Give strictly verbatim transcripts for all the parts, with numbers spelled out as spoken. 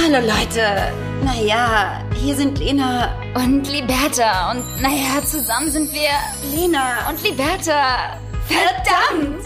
Hallo Leute, naja, hier sind Lena und Liberta und naja, zusammen sind wir Lena und Liberta. Verdammt!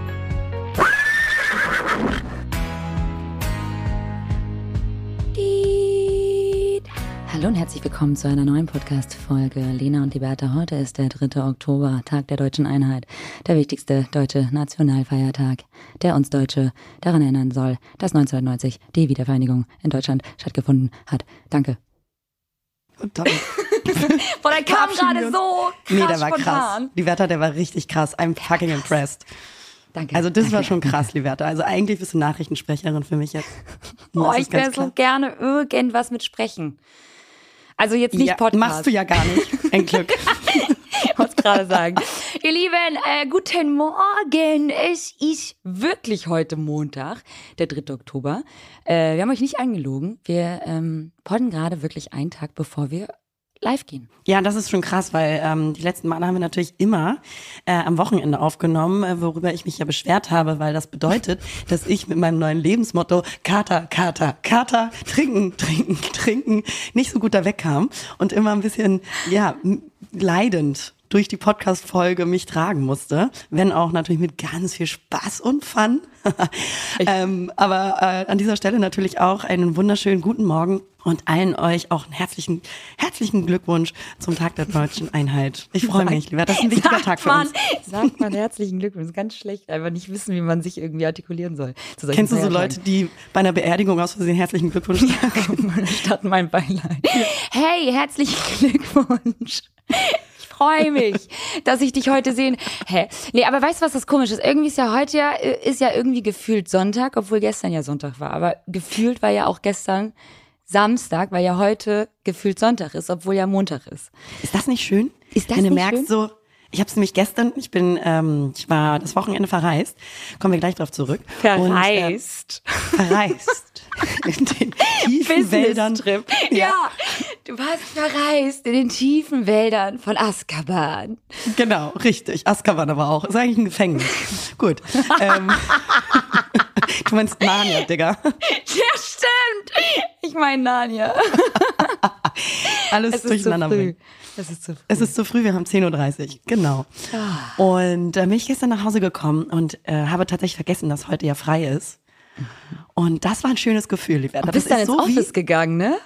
Hallo und herzlich willkommen zu einer neuen Podcast-Folge Lena und Liberta. Heute ist der dritte Oktober, Tag der Deutschen Einheit, der wichtigste deutsche Nationalfeiertag, der uns Deutsche daran erinnern soll, dass neunzehnhundertneunzig die Wiedervereinigung in Deutschland stattgefunden hat. Danke. Verdammt. Boah, der kam gerade so krass Nee, der war spontan. krass. Liberta, der war richtig krass. I'm fucking krass. impressed. Danke. Also das danke, war schon danke. krass, Liberta. Also eigentlich bist du Nachrichtensprecherin für mich jetzt. Oh, Das ich ist ganz wäre so klar. gerne irgendwas mit Sprechen. Also jetzt nicht Ja, Podcast. machst du ja gar nicht. Ein Glück. Ich wollte es gerade sagen. Ihr Lieben, äh, guten Morgen. Es ist wirklich heute Montag, der dritte Oktober. Äh, wir haben euch nicht angelogen. Wir ähm, podden gerade wirklich einen Tag, bevor wir live gehen. Ja, das ist schon krass, weil ähm, die letzten Male haben wir natürlich immer äh, am Wochenende aufgenommen, äh, worüber ich mich ja beschwert habe, weil das bedeutet, dass ich mit meinem neuen Lebensmotto Kater, Kater, Kater, trinken, trinken, trinken nicht so gut da wegkam und immer ein bisschen, ja, m- leidend durch die Podcast-Folge mich tragen musste, wenn auch natürlich mit ganz viel Spaß und Fun. ähm, aber äh, an dieser Stelle natürlich auch einen wunderschönen guten Morgen und allen euch auch einen herzlichen, herzlichen Glückwunsch zum Tag der Deutschen Einheit. Ich freue mich, lieber. Das ist ein wichtiger Sagt Tag für man, uns. Sagt man herzlichen Glückwunsch. Das ist ganz schlecht. Einfach nicht wissen, wie man sich irgendwie artikulieren soll. Zu solchen Kennst du so Feiertagen. Leute, die bei einer Beerdigung aus Versehen herzlichen Glückwunsch sagen? Statt mein Beileid. Hey, herzlichen Glückwunsch. Ich freue mich, dass ich dich heute sehen. Hä? Nee, aber weißt du, was das komisch ist? Irgendwie ist ja heute ja, ist ja irgendwie gefühlt Sonntag, obwohl gestern ja Sonntag war. Aber gefühlt war ja auch gestern Samstag, weil ja heute gefühlt Sonntag ist, obwohl ja Montag ist. Ist das nicht schön? Ist das Wenn du nicht merkst schön? so, ich habe es nämlich gestern, ich bin, ähm, ich war das Wochenende verreist, kommen wir gleich drauf zurück. Verreist. Und, äh, verreist. In den tiefen Wäldern. Business-Trip. Ja, du warst verreist in den tiefen Wäldern von Azkaban. Genau, richtig. Azkaban aber auch. Ist eigentlich ein Gefängnis. Gut. Ähm, du meinst Narnia, Digga. Ja, stimmt. Ich meine Narnia. Alles Es ist zu durcheinander früh. bringen. Es ist zu früh. Es ist zu früh, wir haben zehn Uhr dreißig, genau. Ah. Und da bin ich gestern nach Hause gekommen und äh, habe tatsächlich vergessen, dass heute ja frei ist. Und das war ein schönes Gefühl, Liberta. Du Das bist dann ist ins so Office gegangen, ne?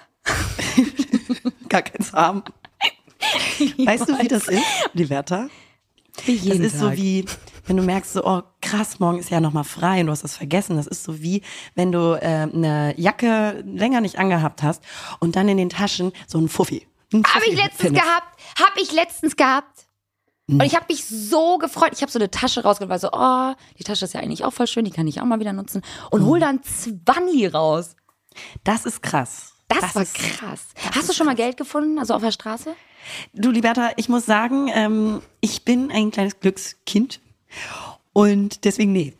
wie gar keins haben. Weißt du, wie das ist, Liberta? Wie Das jeden ist so Tag. wie, wenn du merkst, so, oh krass, morgen ist ja nochmal frei und du hast das vergessen. Das ist so wie, wenn du äh, eine Jacke länger nicht angehabt hast und dann in den Taschen so ein Fuffi. Ein Hab Fuffi ich letztens findest. gehabt. Hab ich letztens gehabt. Und ich habe mich so gefreut. Ich habe so eine Tasche rausgeholt, weil so, oh, die Tasche ist ja eigentlich auch voll schön, die kann ich auch mal wieder nutzen. Und hol dann Zwanni raus. Das ist krass. Das, war ist- krass. das Hast du ist schon mal krass. Geld gefunden, also auf der Straße? Du, Liberta, ich muss sagen, ähm, ich bin ein kleines Glückskind und deswegen nee.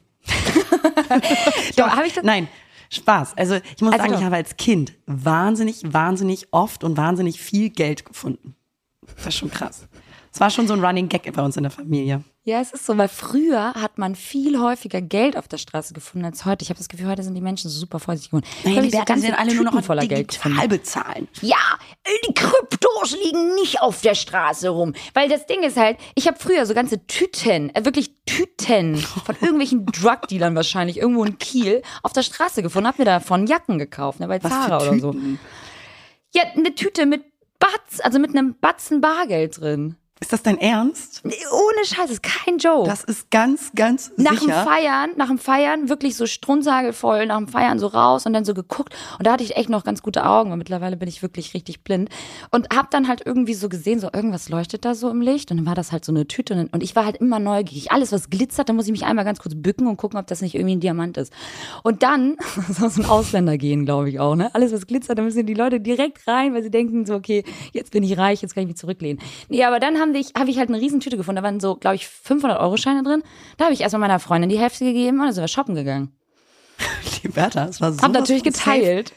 Doch, hab ich das? Nein, Spaß. Also ich muss Also sagen, doch. ich habe als Kind wahnsinnig, wahnsinnig oft und wahnsinnig viel Geld gefunden. Das ist schon krass. Es war schon so ein Running Gag bei uns in der Familie. Ja, es ist so, weil früher hat man viel häufiger Geld auf der Straße gefunden als heute. Ich habe das Gefühl, heute sind die Menschen so super vorsichtig geworden. Ich habe so ganze Tüten voller Geld gefunden. digital bezahlen. Ja, die Kryptos liegen nicht auf der Straße rum. Weil das Ding ist halt, ich habe früher so ganze Tüten, äh, wirklich Tüten von irgendwelchen Drug-Dealern wahrscheinlich irgendwo in Kiel auf der Straße gefunden, hab mir davon Jacken gekauft, ne, bei Was Zara für oder so. Tüten? Ja, eine Tüte mit Batz, also mit einem Batzen Bargeld drin. Ist das dein Ernst? Ohne Scheiß, ist kein Joke. Das ist ganz, ganz Nach dem sicher. Feiern, nach dem Feiern wirklich so strunzhagelvoll, nach dem Feiern so raus und dann so geguckt. Und da hatte ich echt noch ganz gute Augen, weil mittlerweile bin ich wirklich richtig blind. Und hab dann halt irgendwie so gesehen, so irgendwas leuchtet da so im Licht. Und dann war das halt so eine Tüte. Und, und ich war halt immer neugierig. Alles, was glitzert, da muss ich mich einmal ganz kurz bücken und gucken, ob das nicht irgendwie ein Diamant ist. Und dann, das soll so ein Ausländer gehen, glaube ich auch, ne? Alles, was glitzert, da müssen die Leute direkt rein, weil sie denken so, okay, jetzt bin ich reich, jetzt kann ich mich zurücklehnen. Nee, aber dann haben ich, habe ich halt eine riesen Tüte gefunden. Da waren so, glaube ich, fünfhundert-Euro-Scheine drin. Da habe ich erstmal meiner Freundin die Hälfte gegeben und dann sind wir shoppen gegangen. Liberta, es war so. Hab natürlich geteilt.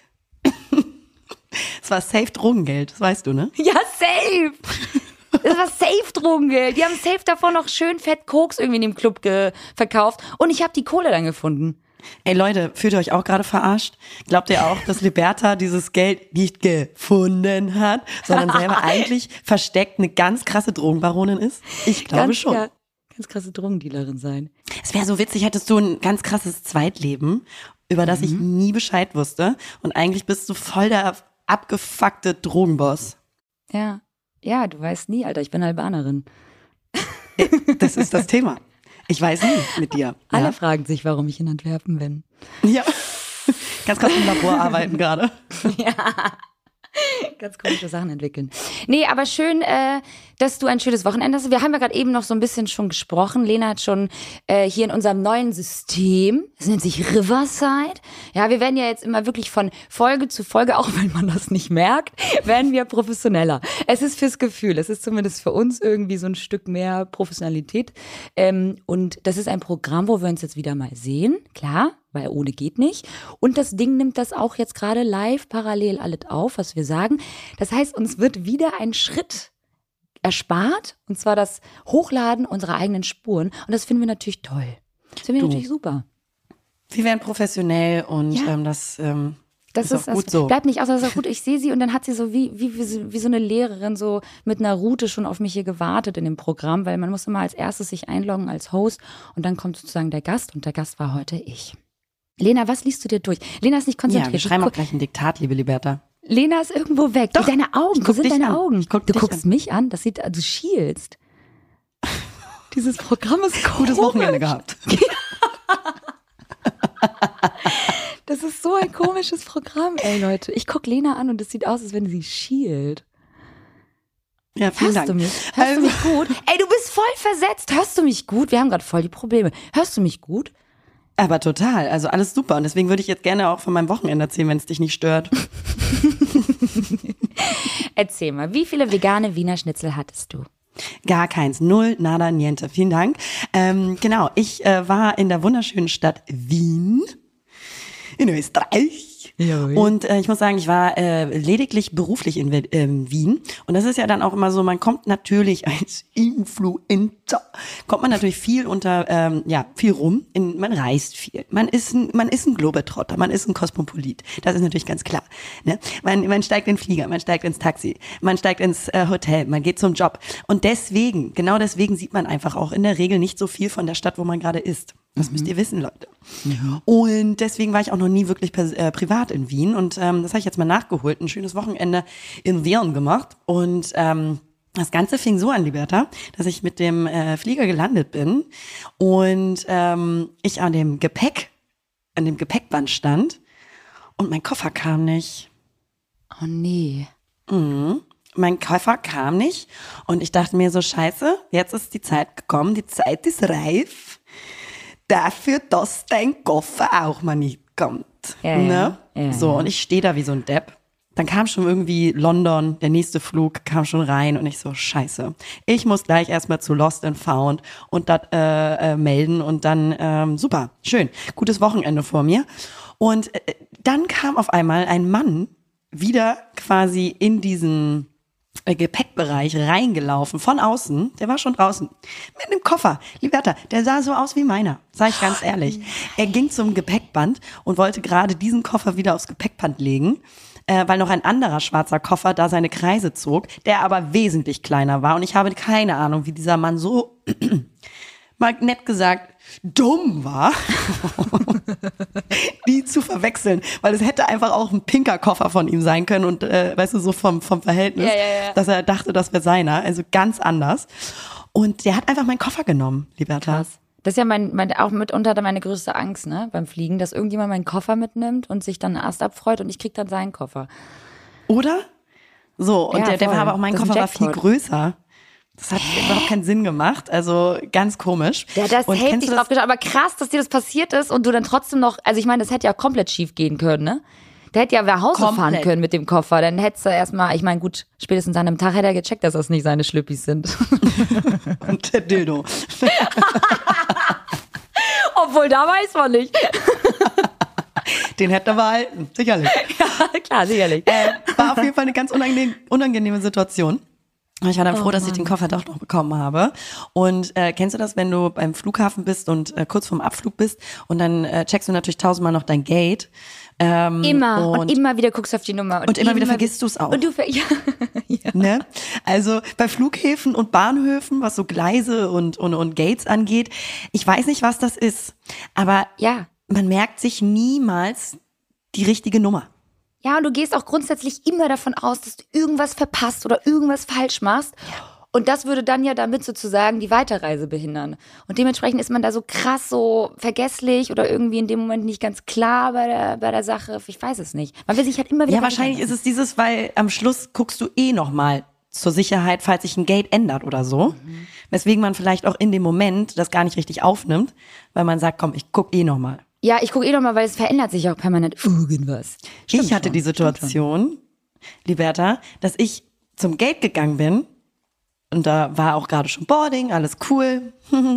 Es war safe Drogengeld, das weißt du, ne? Ja, safe. Das war safe Drogengeld. Die haben safe davor noch schön fett Koks irgendwie in dem Club ge- verkauft. Und ich habe die Kohle dann gefunden. Ey Leute, fühlt ihr euch auch gerade verarscht? Glaubt ihr auch, dass Liberta dieses Geld nicht gefunden hat, sondern selber eigentlich versteckt eine ganz krasse Drogenbaronin ist? Ich glaube ganz, schon. Ja, ganz krasse Drogendealerin sein. Es wäre so witzig, hättest du ein ganz krasses Zweitleben, über das mhm. ich nie Bescheid wusste. Und eigentlich bist du voll der abgefuckte Drogenboss. Ja, ja, du weißt nie, Alter, ich bin Albanerin. Das ist das Thema. Ich weiß nie mit dir. Alle ja? fragen sich, warum ich in Antwerpen bin. Ja, ganz krass im Labor arbeiten gerade. Ja, ganz komische Sachen entwickeln. Nee, aber schön, äh, dass du ein schönes Wochenende hast. Wir haben ja gerade eben noch so ein bisschen schon gesprochen. Lena hat schon äh, hier in unserem neuen System, das nennt sich Riverside. Ja, wir werden ja jetzt immer wirklich von Folge zu Folge, auch wenn man das nicht merkt, werden wir professioneller. Es ist fürs Gefühl, es ist zumindest für uns irgendwie so ein Stück mehr Professionalität. Ähm, und das ist ein Programm, wo wir uns jetzt wieder mal sehen, klar, weil ohne geht nicht. Und das Ding nimmt das auch jetzt gerade live parallel alles auf, was wir sagen. Das heißt, uns wird wieder ein Schritt erspart, und zwar das Hochladen unserer eigenen Spuren. Und das finden wir natürlich toll. Das finden wir Du. natürlich super. Wir werden professionell und Ja. ähm, das, ähm, Das ist ist, auch gut das so. bleibt nicht aus, das ist auch gut. Ich sehe sie und dann hat sie so wie, wie, wie, so- wie so eine Lehrerin so mit einer Route schon auf mich hier gewartet in dem Programm, weil man muss immer als erstes sich einloggen als Host und dann kommt sozusagen der Gast und der Gast war heute ich. Lena, was liest du dir durch? Lena ist nicht konzentriert. Ja, wir schreiben Du auch gleich ein Diktat, liebe Liberta. Lena ist irgendwo weg. Doch, Deine Augen, ich wo guck sind dich deine an. Augen? Ich guck du dich guckst an. mich an, das sieht, du schielst. Dieses Programm ist komisch. Gutes Wochenende gehabt. Das ist so ein komisches Programm, ey Leute. Ich guck Lena an und es sieht aus, als wenn sie schielt. Ja, vielen Hörst Dank. du mich? Hörst Also- du mich gut? Ey, du bist voll versetzt. Hörst du mich gut? Wir haben gerade voll die Probleme. Hörst du mich gut? Aber total, also alles super. Und deswegen würde ich jetzt gerne auch von meinem Wochenende erzählen, wenn es dich nicht stört. Erzähl mal, wie viele vegane Wiener Schnitzel hattest du? Gar keins, null, nada, niente. Vielen Dank. Ähm, genau, ich äh, war in der wunderschönen Stadt Wien in Österreich. Jawohl. Und äh, ich muss sagen, ich war äh, lediglich beruflich in We- ähm, Wien. Und das ist ja dann auch immer so, man kommt natürlich als Influencer, kommt man natürlich viel unter, ähm, ja, viel rum. In, man reist viel. Man ist ein, man ist ein Globetrotter, man ist ein Kosmopolit. Das ist natürlich ganz klar. Ne? Man, man steigt in den Flieger, man steigt ins Taxi, man steigt ins äh, Hotel, man geht zum Job. Und deswegen, genau deswegen sieht man einfach auch in der Regel nicht so viel von der Stadt, wo man gerade ist. Das müsst ihr wissen, Leute. Und deswegen war ich auch noch nie wirklich pers- äh, privat in Wien. Und ähm, das habe ich jetzt mal nachgeholt. Ein schönes Wochenende in Wien gemacht. Und ähm, das Ganze fing so an, Liberta, dass ich mit dem äh, Flieger gelandet bin und ähm, ich an dem Gepäck, an dem Gepäckband stand und mein Koffer kam nicht. Oh nee. Mhm. Mein Koffer kam nicht und ich dachte mir so, scheiße, jetzt ist die Zeit gekommen, die Zeit ist reif dafür, dass dein Koffer auch mal nicht kommt. Ja, ne? ja. Ja, so, ja. und ich stehe da wie so ein Depp. Dann kam schon irgendwie London, der nächste Flug kam schon rein und ich so, scheiße. Ich muss gleich erstmal zu Lost and Found und das äh, äh, melden und dann, ähm, super, schön, gutes Wochenende vor mir. Und äh, dann kam auf einmal ein Mann wieder quasi in diesen äh, Gepäckbereich reingelaufen, von außen, der war schon draußen, mit einem Koffer. Liberta, der sah so aus wie meiner, sag ich ganz ehrlich. Er ging zum Gepäckband und wollte gerade diesen Koffer wieder aufs Gepäckband legen, äh, weil noch ein anderer schwarzer Koffer da seine Kreise zog, der aber wesentlich kleiner war und ich habe keine Ahnung, wie dieser Mann so, mal nett gesagt, dumm war, die zu verwechseln, weil es hätte einfach auch ein pinker Koffer von ihm sein können und äh, weißt du, so vom, vom Verhältnis, Ja, ja, ja. dass er dachte, das wäre seiner, also ganz anders. Und der hat einfach meinen Koffer genommen, Liberta. Krass. Das ist ja mein, mein, auch mitunter meine größte Angst, ne, beim Fliegen, dass irgendjemand meinen Koffer mitnimmt und sich dann erst abfreut und ich krieg dann seinen Koffer. Oder? So, und Ja, der, der voll. war aber auch, mein Das ist ein Koffer war viel Jackpot. größer. Das hat überhaupt keinen Sinn gemacht, also ganz komisch. Ja, das und hält kennst sich du drauf geschaut. Aber krass, dass dir das passiert ist und du dann trotzdem noch, also ich meine, das hätte ja komplett schief gehen können, ne? Der hätte ja nach Hause Komplett. fahren können mit dem Koffer. Dann hättest du erstmal, ich meine, gut, spätestens an einem Tag hätte er gecheckt, dass das nicht seine Schlüppis sind. Und der Dildo. Obwohl, da weiß man nicht. Den hätte er behalten, sicherlich. Ja, klar, sicherlich. Äh, war auf jeden Fall eine ganz unangenehme, unangenehme Situation. Ich war dann froh, Oh dass ich den Koffer doch noch bekommen habe. Und äh, kennst du das, wenn du beim Flughafen bist und äh, kurz vorm Abflug bist und dann äh, checkst du natürlich tausendmal noch dein Gate. Ähm, Immer und, und immer wieder guckst du auf die Nummer. Und, Und immer wieder vergisst du es auch. Und du ver ja. ja. Ne? Also bei Flughäfen und Bahnhöfen, was so Gleise und, und, und Gates angeht, ich weiß nicht, was das ist, aber Ja. man merkt sich niemals die richtige Nummer. Ja, und du gehst auch grundsätzlich immer davon aus, dass du irgendwas verpasst oder irgendwas falsch machst. Und das würde dann ja damit sozusagen die Weiterreise behindern. Und dementsprechend ist man da so krass, so vergesslich oder irgendwie in dem Moment nicht ganz klar bei der, bei der Sache. Ich weiß es nicht. Man will sich halt immer wieder. Ja, wahrscheinlich ist es dieses, weil am Schluss guckst du eh nochmal zur Sicherheit, falls sich ein Gate ändert oder so. Mhm. Weswegen man vielleicht auch in dem Moment das gar nicht richtig aufnimmt, weil man sagt, komm, ich guck eh nochmal. Ja, ich gucke eh nochmal, weil es verändert sich auch permanent irgendwas. Stimmt ich hatte schon, die Situation, Liberta, dass ich zum Gate gegangen bin und da war auch gerade schon Boarding, alles cool.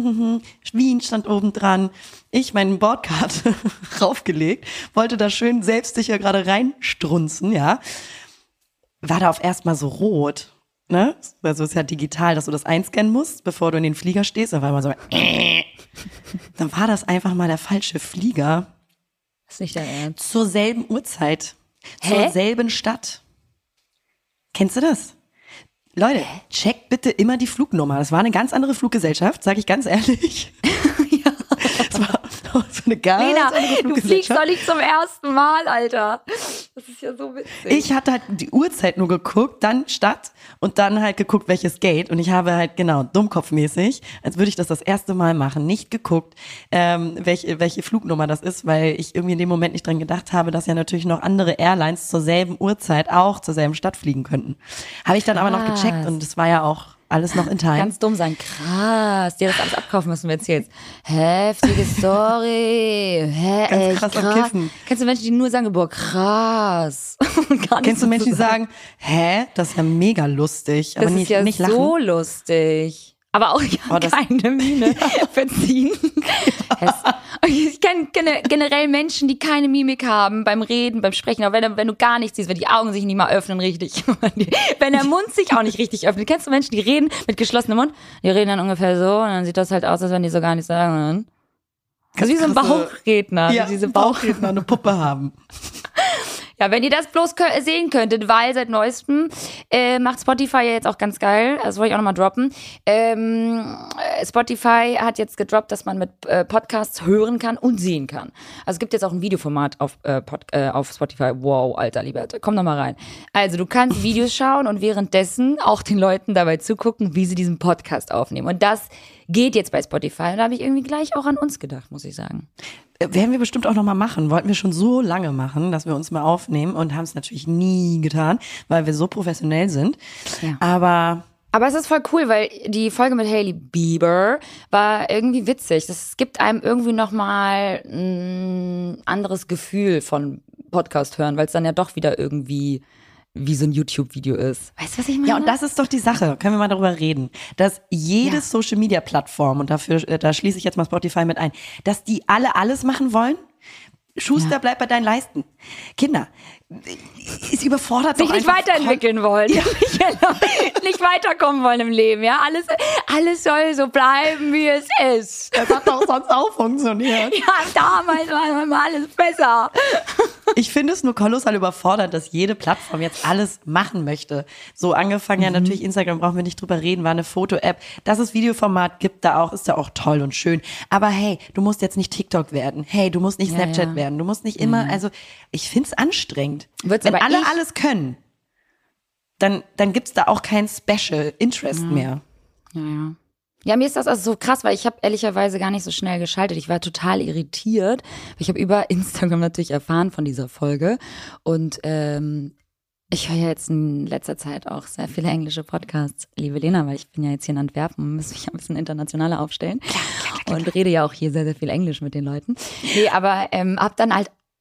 Wien stand oben dran. Ich meine Bordkarte raufgelegt, wollte da schön selbstsicher gerade reinstrunzen, ja. War da auf erstmal so rot, ne? Also es ist ja digital, dass du das einscannen musst, bevor du in den Flieger stehst. Da war immer so, äh. Dann war das einfach mal der falsche Flieger. Das ist nicht dein Ernst. Zur selben Uhrzeit. Hä? Zur selben Stadt. Kennst du das? Leute, checkt bitte immer die Flugnummer. Das war eine ganz andere Fluggesellschaft, sage ich ganz ehrlich. Ja. Das war so eine ganz Lena, andere du Fluggesellschaft. fliegst doch nicht zum ersten Mal, Alter. Das ist ja so witzig. Ich hatte halt die Uhrzeit nur geguckt, dann Stadt und dann halt geguckt, welches Gate. Und ich habe halt, genau, dummkopfmäßig, als würde ich das das erste Mal machen, nicht geguckt, ähm, welche, welche Flugnummer das ist, weil ich irgendwie in dem Moment nicht dran gedacht habe, dass ja natürlich noch andere Airlines zur selben Uhrzeit auch zur selben Stadt fliegen könnten. Habe ich dann aber noch Krass. gecheckt und es war ja auch alles noch in Time. Ganz dumm sein. Krass. Dir das alles abkaufen müssen wir jetzt jetzt. Heftige Story. Hä, Ganz echt krass am krass. Kiffen. Kennst du Menschen, die nur sagen, boah, krass. Gar nicht Kennst du so Menschen, die zu sagen, hä, das ist ja mega lustig, aber das nicht, ist ja nicht lachen? so lustig. Aber auch ja, Oh, das- keine Miene verziehen. Es- Ich kenne gene- generell Menschen, die keine Mimik haben beim Reden, beim Sprechen. Aber wenn, du- wenn du gar nichts siehst, wenn die Augen sich nicht mal öffnen richtig. Wenn der Mund sich auch nicht richtig öffnet. Kennst du Menschen, die reden mit geschlossenem Mund? Die reden dann ungefähr so und dann sieht das halt aus, als wenn die so gar nichts sagen. Also wie so ein krasse- Bauchredner. Ja, diese Bauch Bauchredner, eine Puppe haben. Ja, wenn ihr das bloß kö- sehen könntet, weil seit neuestem äh, macht Spotify ja jetzt auch ganz geil, das wollte ich auch nochmal droppen. Ähm, äh, Spotify hat jetzt gedroppt, dass man mit äh, Podcasts hören kann und sehen kann. Also es gibt jetzt auch ein Videoformat auf, äh, Pod, äh, auf Spotify. Wow, Alter, lieber, komm noch mal rein. Also du kannst Videos schauen und währenddessen auch den Leuten dabei zugucken, wie sie diesen Podcast aufnehmen. Und das geht jetzt bei Spotify. Und da habe ich irgendwie gleich auch an uns gedacht, muss ich sagen. Werden wir bestimmt auch noch mal machen. Wollten wir schon so lange machen, dass wir uns mal aufnehmen und haben es natürlich nie getan, weil wir so professionell sind. Ja. Aber Aber es ist voll cool, weil die Folge mit Hailey Bieber war irgendwie witzig. Das gibt einem irgendwie nochmal ein anderes Gefühl von Podcast hören, weil es dann ja doch wieder irgendwie wie so ein YouTube-Video ist. Weißt du, was ich meine? ja, und das ist doch die Sache, können wir mal darüber reden, dass jede Ja. Social-Media-Plattform, und dafür, äh, da schließe ich jetzt mal Spotify mit ein, dass die alle alles machen wollen. Schuster, Ja. bleib bei deinen Leisten. Kinder, ist überfordert sich doch nicht einfach weiterentwickeln wollen, nicht, nicht weiterkommen wollen im Leben, ja. Alles, alles soll so bleiben, wie es ist. Das hat doch sonst auch funktioniert. Ja, damals war immer alles besser. Ich finde es nur kolossal überfordert, dass jede Plattform jetzt alles machen möchte. So angefangen, ja natürlich Instagram, brauchen wir nicht drüber reden, war eine Foto-App. Dass es Videoformat gibt da auch, ist ja auch toll und schön. Aber hey, du musst jetzt nicht TikTok werden. Hey, du musst nicht Ja, Snapchat ja. werden. Du musst nicht immer, also ich finde es anstrengend. Wird's Wenn aber alle ich- alles können, dann, dann gibt's da auch kein Special Interest mehr. Ja, ja. Ja, mir ist das also so krass, weil ich habe ehrlicherweise gar nicht so schnell geschaltet. Ich war total irritiert. Ich habe über Instagram natürlich erfahren von dieser Folge. Und ähm, ich höre ja jetzt in letzter Zeit auch sehr viele englische Podcasts, liebe Lena, weil ich bin ja jetzt hier in Antwerpen und muss mich ein bisschen internationaler aufstellen. Und rede ja auch hier sehr, sehr viel Englisch mit den Leuten. Nee, aber ähm, hab dann halt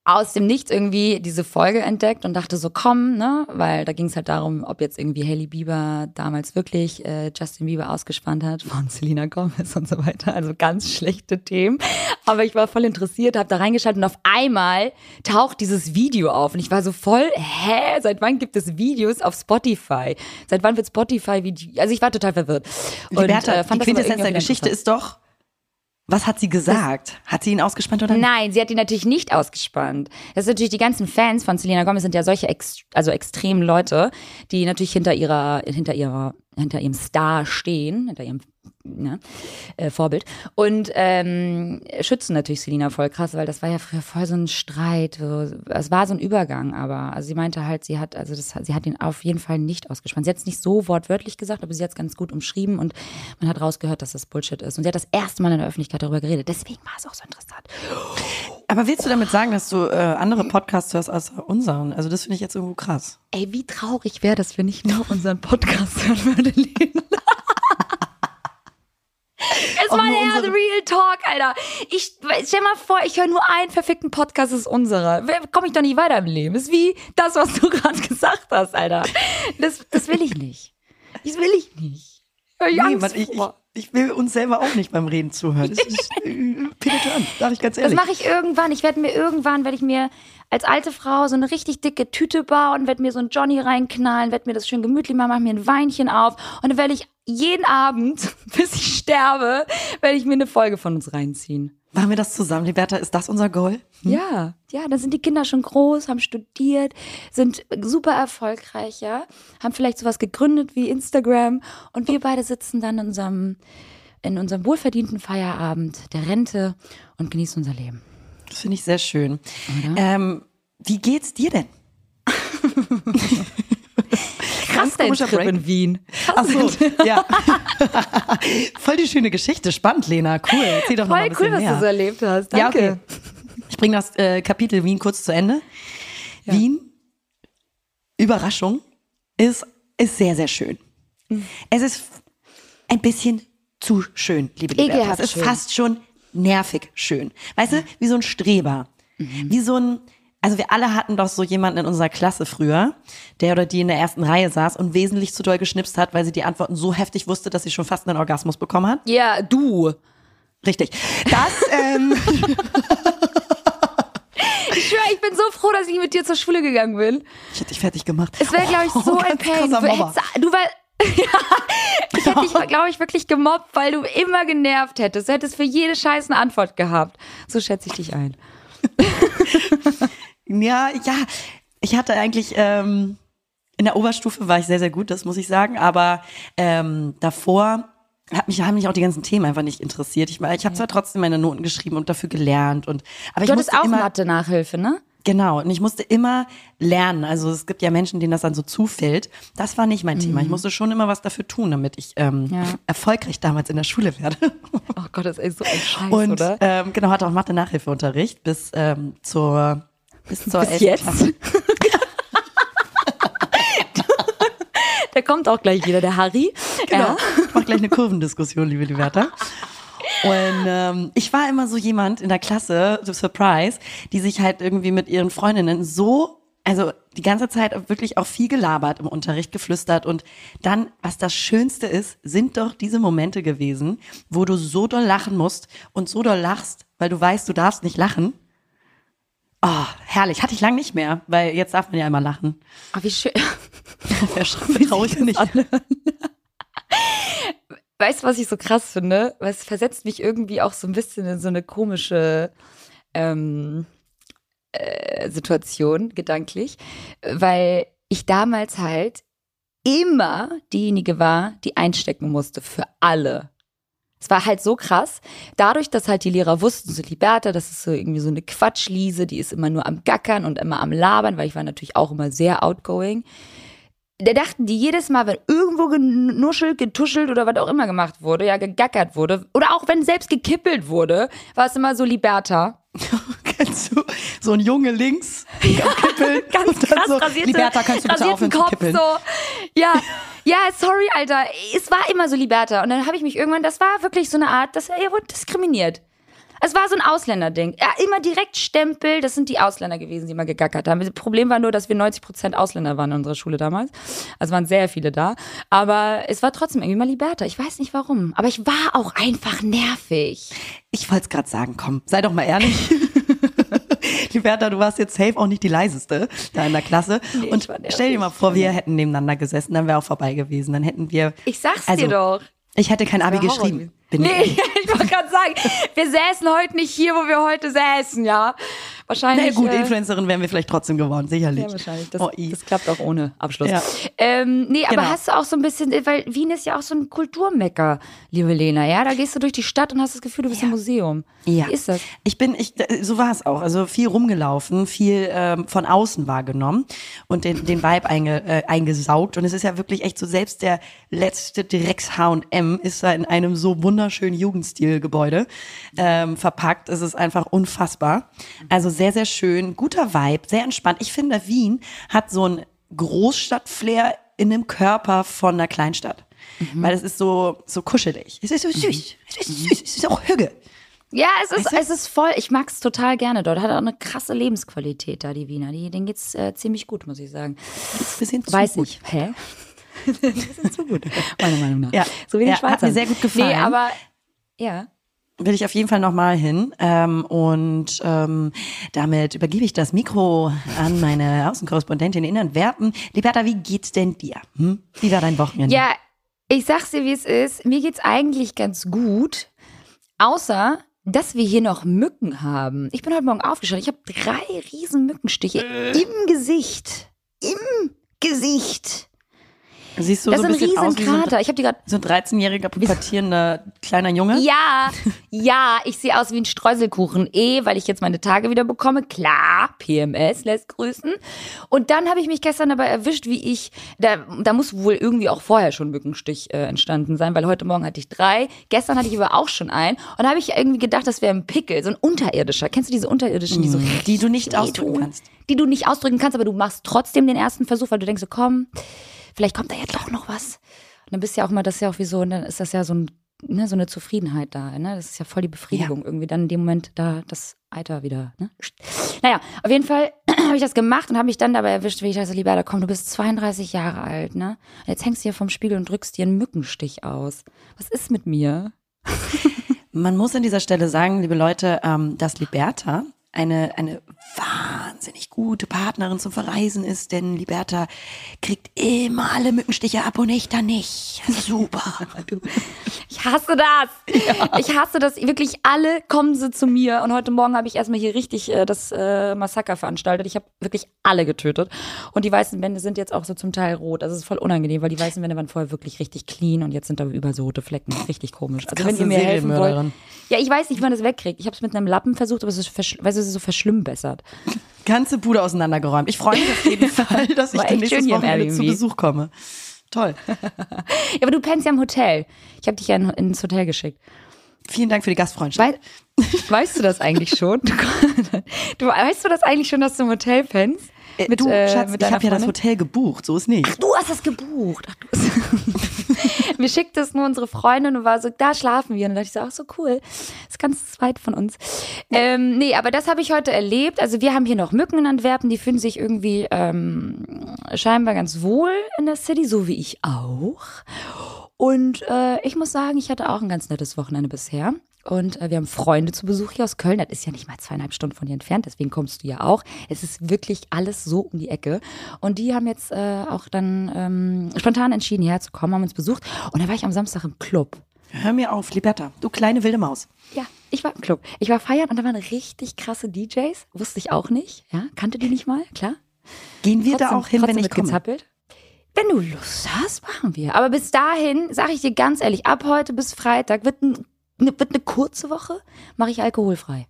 aus dem Nichts irgendwie diese Folge entdeckt und dachte so, komm, ne, weil da ging es halt darum, ob jetzt irgendwie Hailey Bieber damals wirklich äh, Justin Bieber ausgespannt hat von Selena Gomez und so weiter. Also ganz schlechte Themen. Aber ich war voll interessiert, habe da reingeschaltet und auf einmal taucht dieses Video auf und ich war so voll, hä, seit wann gibt es Videos auf Spotify? Seit wann wird Spotify Video? Also ich war total verwirrt. Und, Liberta, äh, fand die Quintessenz der Geschichte ist doch, was hat sie gesagt? Hat sie ihn ausgespannt oder nicht? Nein, sie hat ihn natürlich nicht ausgespannt. Das sind natürlich die ganzen Fans von Selena Gomez sind ja solche ex, also extremen Leute, die natürlich hinter ihrer, hinter ihrer, hinter ihrem Star stehen, hinter ihrem ne, äh, Vorbild und ähm, schützen natürlich Selena voll krass, weil das war ja früher voll so ein Streit. Es war so ein Übergang, aber also sie meinte halt, sie hat also das, sie hat ihn auf jeden Fall nicht ausgespannt. Sie hat es nicht so wortwörtlich gesagt, aber sie hat es ganz gut umschrieben und man hat rausgehört, dass das Bullshit ist. Und sie hat das erste Mal in der Öffentlichkeit darüber geredet. Deswegen war es auch so interessant. Aber willst du damit sagen, dass du äh, andere Podcasts hörst als unseren? Also das finde ich jetzt irgendwo krass. Ey, wie traurig wäre das, wenn ich nur unseren Podcast hören würde, Lena. Es war der unsere... Real Talk, Alter. Ich stell mal vor, ich höre nur einen verfickten Podcast, das ist unserer. Komme ich doch nicht weiter im Leben. Das ist wie das, was du gerade gesagt hast, Alter. Das, das will ich nicht. Das will ich nicht. Ich, nee, Mann, ich, ich, ich will uns selber auch nicht beim Reden zuhören. Das ist äh, penetrant, sag ich ganz ehrlich. Das mache ich irgendwann. Ich werde mir irgendwann, werde ich mir als alte Frau so eine richtig dicke Tüte bauen, werde mir so einen Johnny reinknallen, werde mir das schön gemütlich machen, mache mir ein Weinchen auf und dann werde ich jeden Abend, bis ich sterbe, werde ich mir eine Folge von uns reinziehen. Machen wir das zusammen, Liberta? Ist das unser Goal? Hm? Ja, ja, dann sind die Kinder schon groß, haben studiert, sind super erfolgreich, ja, haben vielleicht sowas gegründet wie Instagram und wir beide sitzen dann in unserem, in unserem wohlverdienten Feierabend der Rente und genießen unser Leben. Das finde ich sehr schön. Ähm, wie geht's dir denn? Krass, dein Trip in Wien. Ach so, ja. Voll die schöne Geschichte. Spannend, Lena. Cool. Erzähl doch Voll noch ein bisschen cool, mehr. was du so erlebt hast. Danke. Ja, okay. Ich bringe das äh, Kapitel Wien kurz zu Ende. Ja. Wien, Überraschung, ist, ist sehr, sehr schön. Mhm. Es ist ein bisschen zu schön, liebe Liberta. Es ist schön. Fast schon nervig schön. Weißt du, wie so ein Streber. Mhm. Wie so ein... Also wir alle hatten doch so jemanden in unserer Klasse früher, der oder die in der ersten Reihe saß und wesentlich zu doll geschnipst hat, weil sie die Antworten so heftig wusste, dass sie schon fast einen Orgasmus bekommen hat. Ja, du. Richtig. Das, ähm... Ich schwöre, ich bin so froh, dass ich mit dir zur Schule gegangen bin. Ich hätte dich fertig gemacht. Es wäre, glaube ich, so oh, ein Pain. Du, hättest, du war... Ja, ich hätte dich, glaube ich, wirklich gemobbt, weil du immer genervt hättest. Du hättest für jede Scheiße eine Antwort gehabt. So schätze ich dich ein. Ja, ja, ich hatte eigentlich, ähm, in der Oberstufe war ich sehr, sehr gut, das muss ich sagen, aber ähm, davor hat mich, haben mich auch die ganzen Themen einfach nicht interessiert. Ich, ich habe zwar trotzdem meine Noten geschrieben und dafür gelernt. Und, aber du ich hattest auch immer, Mathe-Nachhilfe, ne? Genau, und ich musste immer lernen. Also es gibt ja Menschen, denen das dann so zufällt. Das war nicht mein mhm. Thema. Ich musste schon immer was dafür tun, damit ich ähm, ja. erfolgreich damals in der Schule werde. Oh Gott, das ist echt so ein Scheiß, und, oder? Ähm, genau, hatte auch Mathe-Nachhilfeunterricht bis ähm, zur bis zur bis jetzt. Klasse. Der kommt auch gleich wieder, der Harry. Genau, ja. Ich mach gleich eine Kurvendiskussion, liebe Liberta. Und ähm, ich war immer so jemand in der Klasse, so Surprise, die sich halt irgendwie mit ihren Freundinnen so, also die ganze Zeit wirklich auch viel gelabert im Unterricht, geflüstert. Und dann, was das Schönste ist, sind doch diese Momente gewesen, wo du so doll lachen musst und so doll lachst, weil du weißt, du darfst nicht lachen. Oh, herrlich. Hatte ich lang nicht mehr, weil jetzt darf man ja immer lachen. Oh, wie schön. Wer traurig nicht. Weißt du, was ich so krass finde? Weil es versetzt mich irgendwie auch so ein bisschen in so eine komische ähm, äh, Situation, gedanklich. Weil ich damals halt immer diejenige war, die einstecken musste für alle. Es war halt so krass, dadurch, dass halt die Lehrer wussten, so Liberta, das ist so irgendwie so eine Quatschliese, die ist immer nur am Gackern und immer am Labern, weil ich war natürlich auch immer sehr outgoing. Da dachten die jedes Mal, wenn irgendwo genuschelt, getuschelt oder was auch immer gemacht wurde, ja, gegackert wurde, oder auch wenn selbst gekippelt wurde, war es immer so Liberta. Kennst du so ein Junge links ja, ganz und dann krass so, rasierte, Liberta, kannst du bitte aufhören Kopf, zu kippeln? So. Ja, ja, sorry, Alter. Es war immer so Liberta. Und dann habe ich mich irgendwann, das war wirklich so eine Art, das er wurde diskriminiert. Es war so ein Ausländerding. Ja, immer direkt Stempel, das sind die Ausländer gewesen, die immer gegackert haben. Das Problem war nur, dass wir neunzig Prozent Ausländer waren in unserer Schule damals. Also waren sehr viele da. Aber es war trotzdem irgendwie mal Liberta. Ich weiß nicht warum. Aber ich war auch einfach nervig. Ich wollte es gerade sagen, komm, sei doch mal ehrlich. Liberta, du warst jetzt safe auch nicht die leiseste da in der Klasse. Nee, und stell dir mal vor, wir hätten nebeneinander gesessen, dann wäre auch vorbei gewesen. Dann hätten wir... Ich sag's also, dir doch. Ich hätte kein Abi geschrieben. Bin nee, ich, ich wollte gerade sagen, wir säßen heute nicht hier, wo wir heute säßen, ja. Wahrscheinlich. Na gut, äh, Influencerin wären wir vielleicht trotzdem geworden, sicherlich. Ja, wahrscheinlich. Das, oh, das klappt auch ohne Abschluss. Ja. Ähm, nee, genau. aber hast du auch so ein bisschen, weil Wien ist ja auch so ein Kulturmecker, liebe Lena, ja? Da gehst du durch die Stadt und hast das Gefühl, du bist ja. im Museum. Ja. Wie ist das? Ich bin, ich, so war es auch. Also viel rumgelaufen, viel ähm, von außen wahrgenommen und den, den Vibe einge, äh, eingesaugt. Und es ist ja wirklich echt so, selbst der letzte Drecks H und M ist da in einem so wunderschönen Jugendstilgebäude ähm, verpackt. Es ist einfach unfassbar. Also sehr, sehr schön. Guter Vibe, sehr entspannt. Ich finde, Wien hat so ein Großstadt-Flair in dem Körper von einer Kleinstadt. Mhm. Weil es ist so, so kuschelig. Es ist so süß. Mhm. Es ist süß. Es ist auch Hügge. Ja, es ist, weißt du? es ist voll. Ich mag es total gerne dort. Hat auch eine krasse Lebensqualität da, die Wiener. Die, denen geht's äh, ziemlich gut, muss ich sagen. Wir sind zu Weiß gut. Ich. Hä? Wir sind zu gut, meiner Meinung nach. Ja. So wie die ja, Schweizer. Hat mir sehr gut gefallen. Nee, aber, ja. Will ich auf jeden Fall nochmal hin. Ähm, und ähm, damit übergebe ich das Mikro an meine Außenkorrespondentin in Antwerpen. Liberta, wie geht's denn dir? Hm? Wie war dein Wochenende? Ja, ich sag's dir, wie es ist. Mir geht's eigentlich ganz gut. Außer, dass wir hier noch Mücken haben. Ich bin heute Morgen aufgestanden. Ich habe drei riesen Mückenstiche äh. im Gesicht. Im Gesicht. Siehst du das so ein ist ein bisschen aus wie so ein, ich hab die grad, so ein dreizehnjähriger pubertierender kleiner Junge? Ja, ja, ich sehe aus wie ein Streuselkuchen. Eh, weil ich jetzt meine Tage wieder bekomme. Klar, P M S lässt grüßen. Und dann habe ich mich gestern dabei erwischt, wie ich, da, da muss wohl irgendwie auch vorher schon Mückenstich äh, entstanden sein, weil heute Morgen hatte ich drei. Gestern hatte ich aber auch schon einen. Und da habe ich irgendwie gedacht, das wäre ein Pickel, so ein unterirdischer. Kennst du diese unterirdischen, die so die du nicht ausdrücken kannst? Die du nicht ausdrücken kannst, aber du machst trotzdem den ersten Versuch, weil du denkst so, komm, vielleicht kommt da ja doch noch was. Und dann bist du ja auch mal, das ist ja auch wie so, und dann ist das ja so, ein, ne, so eine Zufriedenheit da. Ne? Das ist ja voll die Befriedigung, ja. Irgendwie dann in dem Moment da das Eiter wieder. Ne? Naja, auf jeden Fall habe ich das gemacht und habe mich dann dabei erwischt, wie ich dachte, Liberta, komm, du bist zweiunddreißig Jahre alt, ne? Und jetzt hängst du hier vom Spiegel und drückst dir einen Mückenstich aus. Was ist mit mir? Man muss an dieser Stelle sagen, liebe Leute, ähm, dass Liberta eine eine wahnsinnig gute Partnerin zum Verreisen ist, denn Liberta kriegt immer alle Mückenstiche ab und ich dann nicht. Super. Ich hasse das. Ja. Ich hasse das. Wirklich alle kommen sie zu mir. Und heute Morgen habe ich erstmal hier richtig äh, das äh, Massaker veranstaltet. Ich habe wirklich alle getötet. Und die weißen Wände sind jetzt auch so zum Teil rot. Also es ist voll unangenehm, weil die weißen Wände waren vorher wirklich richtig clean und jetzt sind da überall so rote Flecken. Richtig komisch. Also wenn ihr mir helfen wollt. Ja, ich weiß nicht, wie man das wegkriegt. Ich habe es mit einem Lappen versucht, aber es ist, versch- weißt du, es ist so verschlimmbessert. Ganze Bude auseinandergeräumt. Ich freue mich auf jeden Fall, dass ich dann nächstes Wochenende zu Besuch komme. Toll. Ja, aber du pennst ja im Hotel. Ich habe dich ja in, ins Hotel geschickt. Vielen Dank für die Gastfreundschaft. Weißt, weißt du das eigentlich schon? Du, du weißt du das eigentlich schon, dass du im Hotel pennst? Mit, du, äh, Schatz, mit ich habe ja das Hotel gebucht, so ist nicht. Ach, du hast das gebucht. Ach, du hast Mir schickt das nur unsere Freundin und war so, da schlafen wir. Und dann dachte ich so, ach so cool, das ist ganz weit von uns. Ähm, nee, aber das habe ich heute erlebt. Also wir haben hier noch Mücken in Antwerpen, die fühlen sich irgendwie ähm, scheinbar ganz wohl in der City, so wie ich auch. Und äh, ich muss sagen, ich hatte auch ein ganz nettes Wochenende bisher. Und äh, wir haben Freunde zu Besuch hier aus Köln. Das ist ja nicht mal zweieinhalb Stunden von hier entfernt, deswegen kommst du ja auch. Es ist wirklich alles so um die Ecke. Und die haben jetzt äh, auch dann ähm, spontan entschieden, hierher zu kommen, haben uns besucht. Und dann war ich am Samstag im Club. Hör mir auf, Liberta, du kleine wilde Maus. Ja, ich war im Club. Ich war feiern und da waren richtig krasse D Js. Wusste ich auch nicht. Ja, kannte die nicht mal, klar. Gehen wir trotzdem, da auch hin, wenn ich komme? Gezappelt. Wenn du Lust hast, machen wir. Aber bis dahin, sage ich dir ganz ehrlich, ab heute bis Freitag wird ein Wird eine kurze Woche, mache ich alkoholfrei.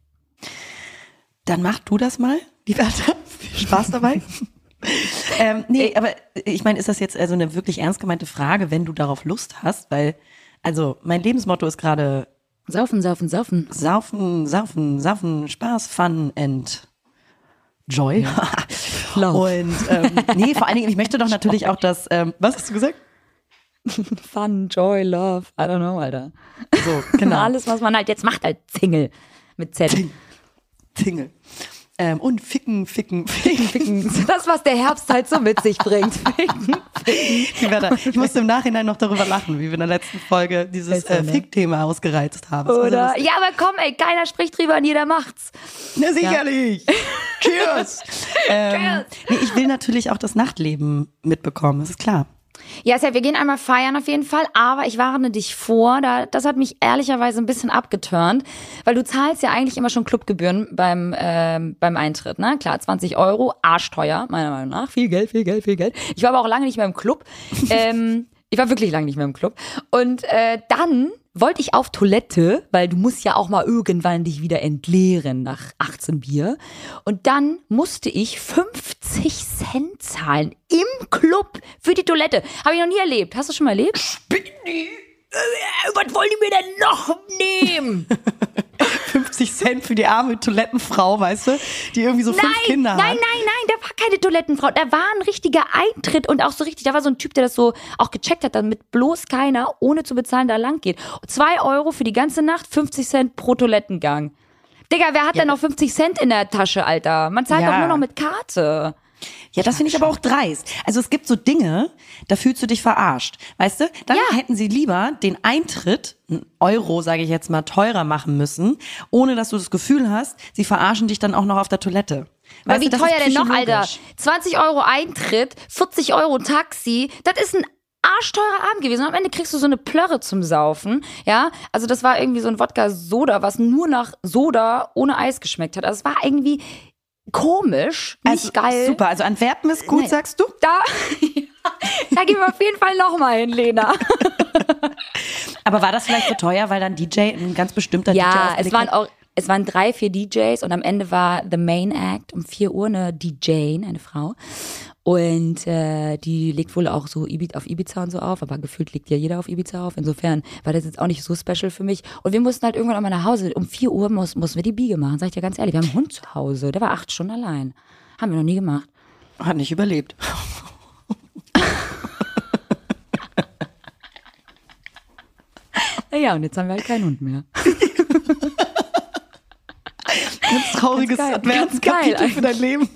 Dann mach du das mal, Liberta. Viel Spaß dabei. ähm, nee, aber ich meine, ist das jetzt also eine wirklich ernst gemeinte Frage, wenn du darauf Lust hast? Weil, also mein Lebensmotto ist gerade Saufen, saufen, saufen. Saufen, saufen, saufen, Spaß, Fun and Joy. Ja. Und ähm, nee, vor allen Dingen, ich möchte doch natürlich auch das, ähm, was hast du gesagt? Fun, Joy, Love, I don't know, Alter. So, genau. Alles, was man halt jetzt macht als Single. Mit Z. Tingle. Ähm, und ficken, ficken, ficken, ficken. Das, was der Herbst halt so mit sich bringt. Ficken, ficken. Ich musste im Nachhinein noch darüber lachen, wie wir in der letzten Folge dieses äh, Fick-Thema ausgereizt haben. Oder? Ja, aber komm, ey, keiner spricht drüber und jeder macht's. Na sicherlich. Ja. Cheers. ähm, Cheers. Nee, ich will natürlich auch das Nachtleben mitbekommen, das ist klar. Ja, Seth, wir gehen einmal feiern auf jeden Fall, aber ich warne dich vor, da, das hat mich ehrlicherweise ein bisschen abgeturnt, weil du zahlst ja eigentlich immer schon Clubgebühren beim, ähm, beim Eintritt, ne? Klar, zwanzig Euro, arschteuer, meiner Meinung nach, viel Geld, viel Geld, viel Geld. Ich war aber auch lange nicht mehr im Club, ähm, ich war wirklich lange nicht mehr im Club und äh, dann wollte ich auf Toilette, weil du musst ja auch mal irgendwann dich wieder entleeren nach achtzehn Bier. Und dann musste ich fünfzig Cent zahlen im Club für die Toilette. Habe ich noch nie erlebt. Hast du schon mal erlebt? Spinni! Was wollen die mir denn noch nehmen? fünfzig Cent für die arme Toilettenfrau, weißt du, die irgendwie so fünf nein, Kinder hat. Nein, nein, nein, da war keine Toilettenfrau. Da war ein richtiger Eintritt und auch so richtig, da war so ein Typ, der das so auch gecheckt hat, damit bloß keiner, ohne zu bezahlen, da lang geht. Zwei Euro für die ganze Nacht, fünfzig Cent pro Toilettengang. Digga, wer hat ja. denn noch fünfzig Cent in der Tasche, Alter? Man zahlt ja. doch nur noch mit Karte. Ja, das finde ich aber auch dreist. Also es gibt so Dinge, da fühlst du dich verarscht. Weißt du? Dann ja. hätten sie lieber den Eintritt, einen Euro, sage ich jetzt mal, teurer machen müssen, ohne dass du das Gefühl hast, sie verarschen dich dann auch noch auf der Toilette. Weil wie teuer denn noch, Alter? zwanzig Euro Eintritt, vierzig Euro Taxi, das ist ein arschteurer Abend gewesen. Und am Ende kriegst du so eine Plörre zum Saufen, ja. Also das war irgendwie so ein Wodka-Soda, was nur nach Soda ohne Eis geschmeckt hat. Also es war irgendwie komisch, nicht also, geil. Super, also Antwerpen ist gut, Nein. sagst du? Da, da gehen wir auf jeden Fall nochmal hin, Lena. Aber war das vielleicht so teuer, weil dann D J, ein ganz bestimmter ja, D J Ja, es waren auch, es waren drei, vier D Js und am Ende war The Main Act um vier Uhr eine D J, eine Frau. Und äh, die legt wohl auch so Ibiza, auf Ibiza und so auf, aber gefühlt legt ja jeder auf Ibiza auf. Insofern war das jetzt auch nicht so special für mich. Und wir mussten halt irgendwann auch mal nach Hause. Um vier Uhr muss, mussten wir die Biege machen, sag ich dir ganz ehrlich. Wir haben einen Hund zu Hause, der war acht Stunden allein. Haben wir noch nie gemacht. Hat nicht überlebt. Ja, und jetzt haben wir halt keinen Hund mehr. Ganz trauriges Adventskapitel für dein Leben.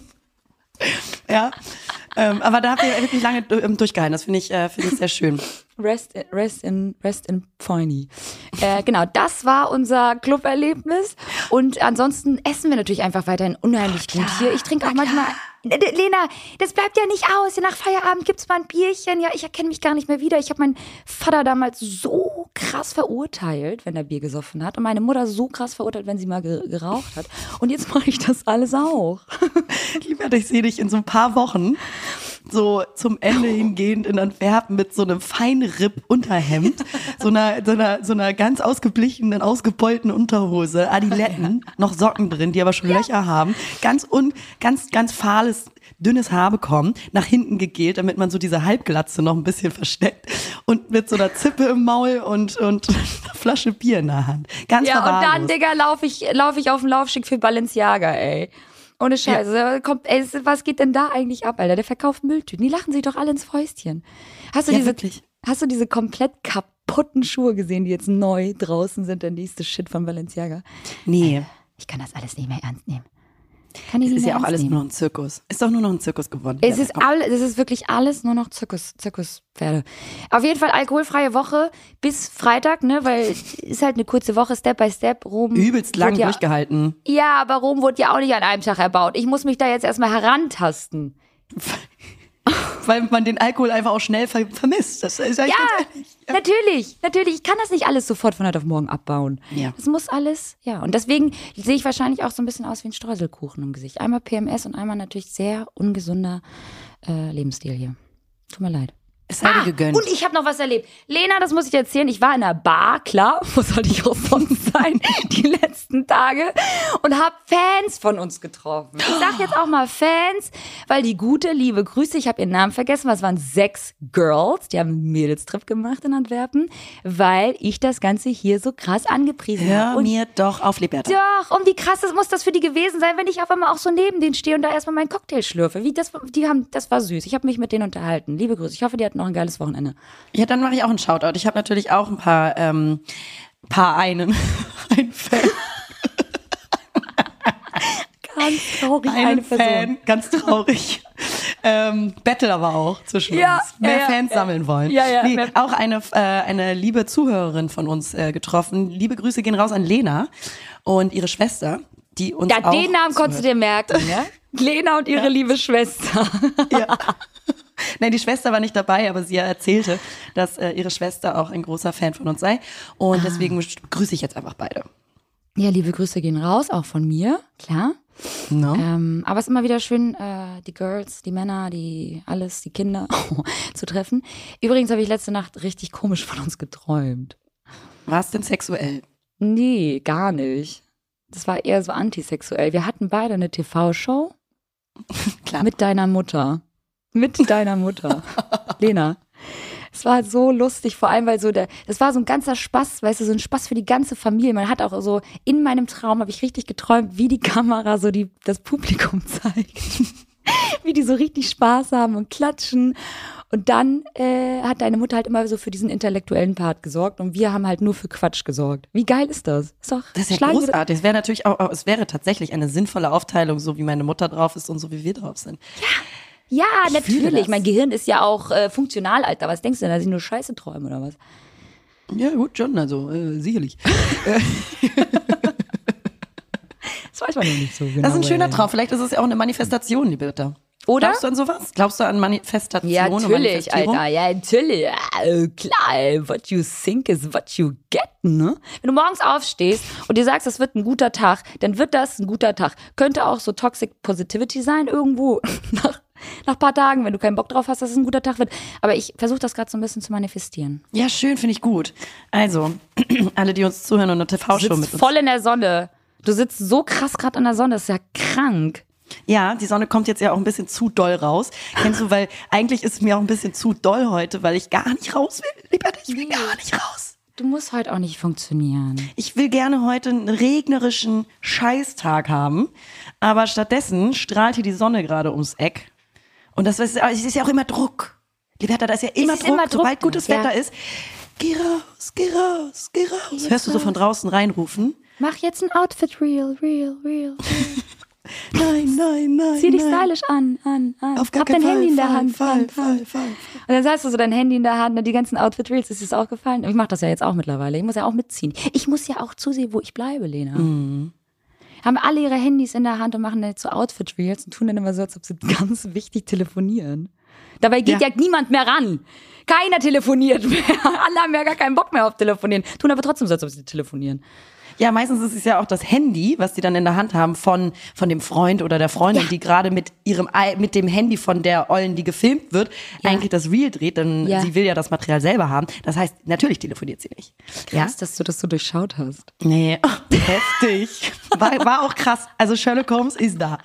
Ja, ähm, aber da habt ihr wirklich lange durchgehalten. Das finde ich, äh, finde ich sehr schön. Rest, in, rest in, rest in Poiny. Äh, genau, das war unser Club-Erlebnis. Und ansonsten essen wir natürlich einfach weiterhin unheimlich gut hier. Ich trinke auch manchmal. Lena, das bleibt ja nicht aus. Nach Feierabend gibt's mal ein Bierchen. Ja, ich erkenne mich gar nicht mehr wieder. Ich habe meinen Vater damals so krass verurteilt, wenn er Bier gesoffen hat. Und meine Mutter so krass verurteilt, wenn sie mal ge- geraucht hat. Und jetzt mache ich das alles auch. Lieber, ich sehe dich in so ein paar Wochen so zum Ende hingehend in Antwerpen mit so einem Feinripp-Unterhemd, so einer, so einer, so einer ganz ausgeblichenen, ausgebeulten Unterhose, Adiletten, noch Socken drin, die aber schon ja. Löcher haben, ganz un, ganz, ganz fahles, dünnes Haar bekommen, nach hinten gegelt, damit man so diese Halbglatze noch ein bisschen versteckt und mit so einer Zippe im Maul und, und einer Flasche Bier in der Hand. Ganz ja, verwahrlos. Und dann, Digga, laufe ich, lauf ich auf den Laufsteg für Balenciaga, ey. Ohne Scheiße. Ja. Kommt, ey, was geht denn da eigentlich ab, Alter? Der verkauft Mülltüten. Die lachen sich doch alle ins Fäustchen. Hast du ja, diese, wirklich? Hast du diese komplett kaputten Schuhe gesehen, die jetzt neu draußen sind, der nächste Shit von Balenciaga? Nee. Ich kann das alles nicht mehr ernst nehmen. Kann ich es nicht ist mehr ja auch alles nehmen. nur noch ein Zirkus. Ist doch nur noch ein Zirkus geworden. Es ist, all, es ist wirklich alles nur noch Zirkus, Zirkuspferde. Auf jeden Fall alkoholfreie Woche bis Freitag, ne, weil ist halt eine kurze Woche, Step by Step. Rom übelst lang ja, durchgehalten. Ja, aber Rom wurde ja auch nicht an einem Tag erbaut. Ich muss mich da jetzt erstmal herantasten. Weil man den Alkohol einfach auch schnell ver- vermisst. Das ist ja, ja, ja, natürlich, natürlich. Ich kann das nicht alles sofort von heute auf morgen abbauen. Ja. Das muss alles, ja. Und deswegen sehe ich wahrscheinlich auch so ein bisschen aus wie ein Streuselkuchen im Gesicht. Einmal P M S und einmal natürlich sehr ungesunder äh, Lebensstil hier. Tut mir leid. Es sei dir ah, gegönnt. Und ich habe noch was erlebt. Lena, das muss ich dir erzählen. Ich war in einer Bar, klar, wo sollte ich auch sonst sein, die letzten Tage, und habe Fans von uns getroffen. Ich sag jetzt auch mal Fans, weil die gute, liebe Grüße, ich habe ihren Namen vergessen, was waren sechs Girls, die haben einen Mädelstrip gemacht in Antwerpen, weil ich das Ganze hier so krass angepriesen habe. Hör mir doch auf, Liberta. Doch, und wie krass das muss das für die gewesen sein, wenn ich auf einmal auch so neben denen stehe und da erstmal meinen Cocktail schlürfe. Wie das, die haben, das war süß. Ich habe mich mit denen unterhalten. Liebe Grüße. Ich hoffe, die hatten noch ein geiles Wochenende. Ja, dann mache ich auch einen Shoutout. Ich habe natürlich auch ein paar, ähm, paar einen, ein Fan. ganz traurig, eine, eine Person. Fan, ganz traurig. ähm, Battle aber auch zwischen Ja, uns. Mehr ja, Fans ja. sammeln wollen. Ja, ja, nee, mehr- auch eine, äh, eine liebe Zuhörerin von uns äh, getroffen. Liebe Grüße gehen raus an Lena und ihre Schwester, die uns Ja, auch den Namen konntest du dir merken, ne? Lena und ihre Ja. liebe Schwester. Ja. Nein, die Schwester war nicht dabei, aber sie erzählte, dass äh, ihre Schwester auch ein großer Fan von uns sei. Und deswegen grüße ich jetzt einfach beide. Ja, liebe Grüße gehen raus, auch von mir, klar. No? Ähm, aber es ist immer wieder schön, äh, die Girls, die Männer, die alles, die Kinder zu treffen. Übrigens habe ich letzte Nacht richtig komisch von uns geträumt. War es denn sexuell? Nee, gar nicht. Das war eher so antisexuell. Wir hatten beide eine T V-Show Klar. mit deiner Mutter. Mit deiner Mutter. Lena. Es war so lustig, vor allem, weil so der, das war so ein ganzer Spaß, weißt du, so ein Spaß für die ganze Familie. Man hat auch so, in meinem Traum habe ich richtig geträumt, wie die Kamera so die, das Publikum zeigt. Wie die so richtig Spaß haben und klatschen. Und dann äh, hat deine Mutter halt immer so für diesen intellektuellen Part gesorgt und wir haben halt nur für Quatsch gesorgt. Wie geil ist das? Ist doch, Das ist ja schlagen wir- großartig. Es wäre natürlich auch, auch, es wäre tatsächlich eine sinnvolle Aufteilung, so wie meine Mutter drauf ist und so wie wir drauf sind. Ja, Ich fühle natürlich. das. Mein Gehirn ist ja auch äh, funktional, Alter. Was denkst du denn, dass ich nur Scheiße träume oder was? Ja, gut, schon, also äh, sicherlich. Das weiß man ja nicht so genau. Das ist ein schöner ey. Traum. Vielleicht ist es ja auch eine Manifestation, liebe Ritter. Oder? Glaubst du an sowas? Glaubst du an Manifestation Ja, und natürlich, Manifestierung? Alter. Ja, natürlich. Ja, äh, klar, ey. What you think is what you get, ne? Wenn du morgens aufstehst und dir sagst, es wird ein guter Tag, dann wird das ein guter Tag. Könnte auch so Toxic Positivity sein irgendwo nach, nach ein paar Tagen, wenn du keinen Bock drauf hast, dass es ein guter Tag wird. Aber ich versuche das gerade so ein bisschen zu manifestieren. Ja, schön, finde ich gut. Also, alle, die uns zuhören und eine T Du V-Show mit sitzt uns. voll in der Sonne. Du sitzt so krass gerade an der Sonne, das ist ja krank. Ja, die Sonne kommt jetzt ja auch ein bisschen zu doll raus. Kennst du, weil eigentlich ist es mir auch ein bisschen zu doll heute, weil ich gar nicht raus will. Lieber, ich will gar nicht raus. Du musst heute auch nicht funktionieren. Ich will gerne heute einen regnerischen Scheißtag haben, aber stattdessen strahlt hier die Sonne gerade ums Eck. Und das ist, es ist ja auch immer Druck. Liberta, da ist ja immer ist Druck, immer Druck, sobald gutes ja. Wetter ist. Geh raus, geh raus, geh raus. Geh Hörst du so von draußen reinrufen? Mach jetzt ein Outfit real, real, real. Nein, nein, nein. Zieh dich nein. stylisch an, an, an. Auf gar Hab dein keinen Fall, Handy in der Fall, Hand. Fall, Hand, Fall, Hand. Fall, Fall. Und dann hast du so dein Handy in der Hand und die ganzen Outfit-Reels, ist dir das auch gefallen? Ich mache das ja jetzt auch mittlerweile. Ich muss ja auch mitziehen. Ich muss ja auch zusehen, wo ich bleibe, Lena. Mhm. Haben alle ihre Handys in der Hand und machen dann jetzt so Outfit-Reels und tun dann immer so, als ob sie ganz wichtig telefonieren. Dabei geht ja, Ja. niemand mehr ran. Keiner telefoniert mehr. Alle haben ja gar keinen Bock mehr auf Telefonieren. Tun aber trotzdem so, als ob sie telefonieren. Ja, meistens ist es ja auch das Handy, was die dann in der Hand haben von, von dem Freund oder der Freundin, Ja. die gerade mit ihrem, Ei- mit dem Handy von der Ollen, die gefilmt wird, Ja. eigentlich das Reel dreht, denn Ja. sie will ja das Material selber haben. Das heißt, natürlich telefoniert sie nicht. Ja? Krass, dass du das so durchschaut hast. Nee, oh, heftig. War, war auch krass. Also Sherlock Holmes ist da.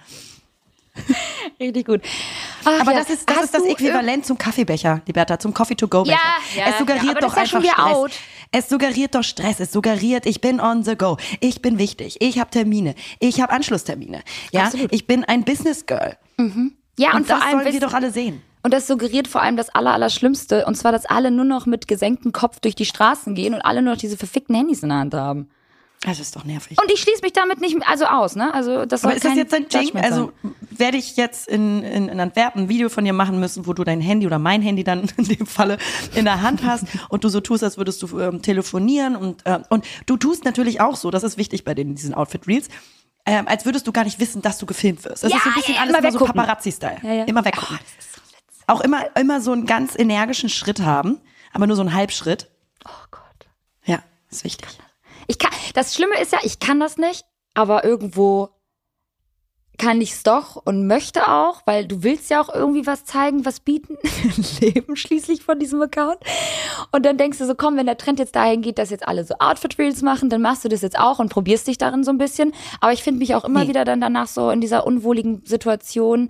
Richtig gut. Ach Aber ja, das ist das, hast ist das du Äquivalent zum Kaffeebecher, Liberta, zum Coffee-to-go-Becher. Ja, ja, es suggeriert ja, aber das doch ist ja einfach schon wieder Stress. out. Es suggeriert doch Stress. Es suggeriert, ich bin on the go. Ich bin wichtig. Ich habe Termine. Ich habe Anschlusstermine. Ja, Absolut. ich bin ein Business Girl. Ja, und, Und vor das allem sollen wir wisst- doch alle sehen. Und das suggeriert vor allem das Aller, Allerschlimmste. Und zwar, dass alle nur noch mit gesenktem Kopf durch die Straßen gehen und alle nur noch diese verfickten Handys in der Hand haben. Das ist doch nervig. Und ich schließe mich damit nicht also aus, ne? Also das soll Aber ist das kein jetzt dein Ding? Judgment Also sein. werde ich jetzt in, in, in Antwerpen ein Video von dir machen müssen, wo du dein Handy oder mein Handy dann in dem Falle in der Hand hast und du so tust, als würdest du ähm, telefonieren und, ähm, und du tust natürlich auch so, das ist wichtig bei den, diesen Outfit-Reels, ähm, als würdest du gar nicht wissen, dass du gefilmt wirst. Das Ja, ist so ein bisschen ja, alles immer immer so weggucken. Paparazzi-Style. Ja, ja. Immer weggucken. Auch immer, immer so einen ganz energischen Schritt haben, aber nur so einen Halbschritt. Oh Gott. Ja, ist wichtig. Ich kann, das Schlimme ist ja, ich kann das nicht, aber irgendwo kann ich es doch und möchte auch, weil du willst ja auch irgendwie was zeigen, was bieten. Wir leben schließlich von diesem Account. Und dann denkst du so, komm, wenn der Trend jetzt dahin geht, dass jetzt alle so Outfit-Reels machen, dann machst du das jetzt auch und probierst dich darin so ein bisschen. Aber ich finde mich auch immer Nee. wieder dann danach so in dieser unwohligen Situation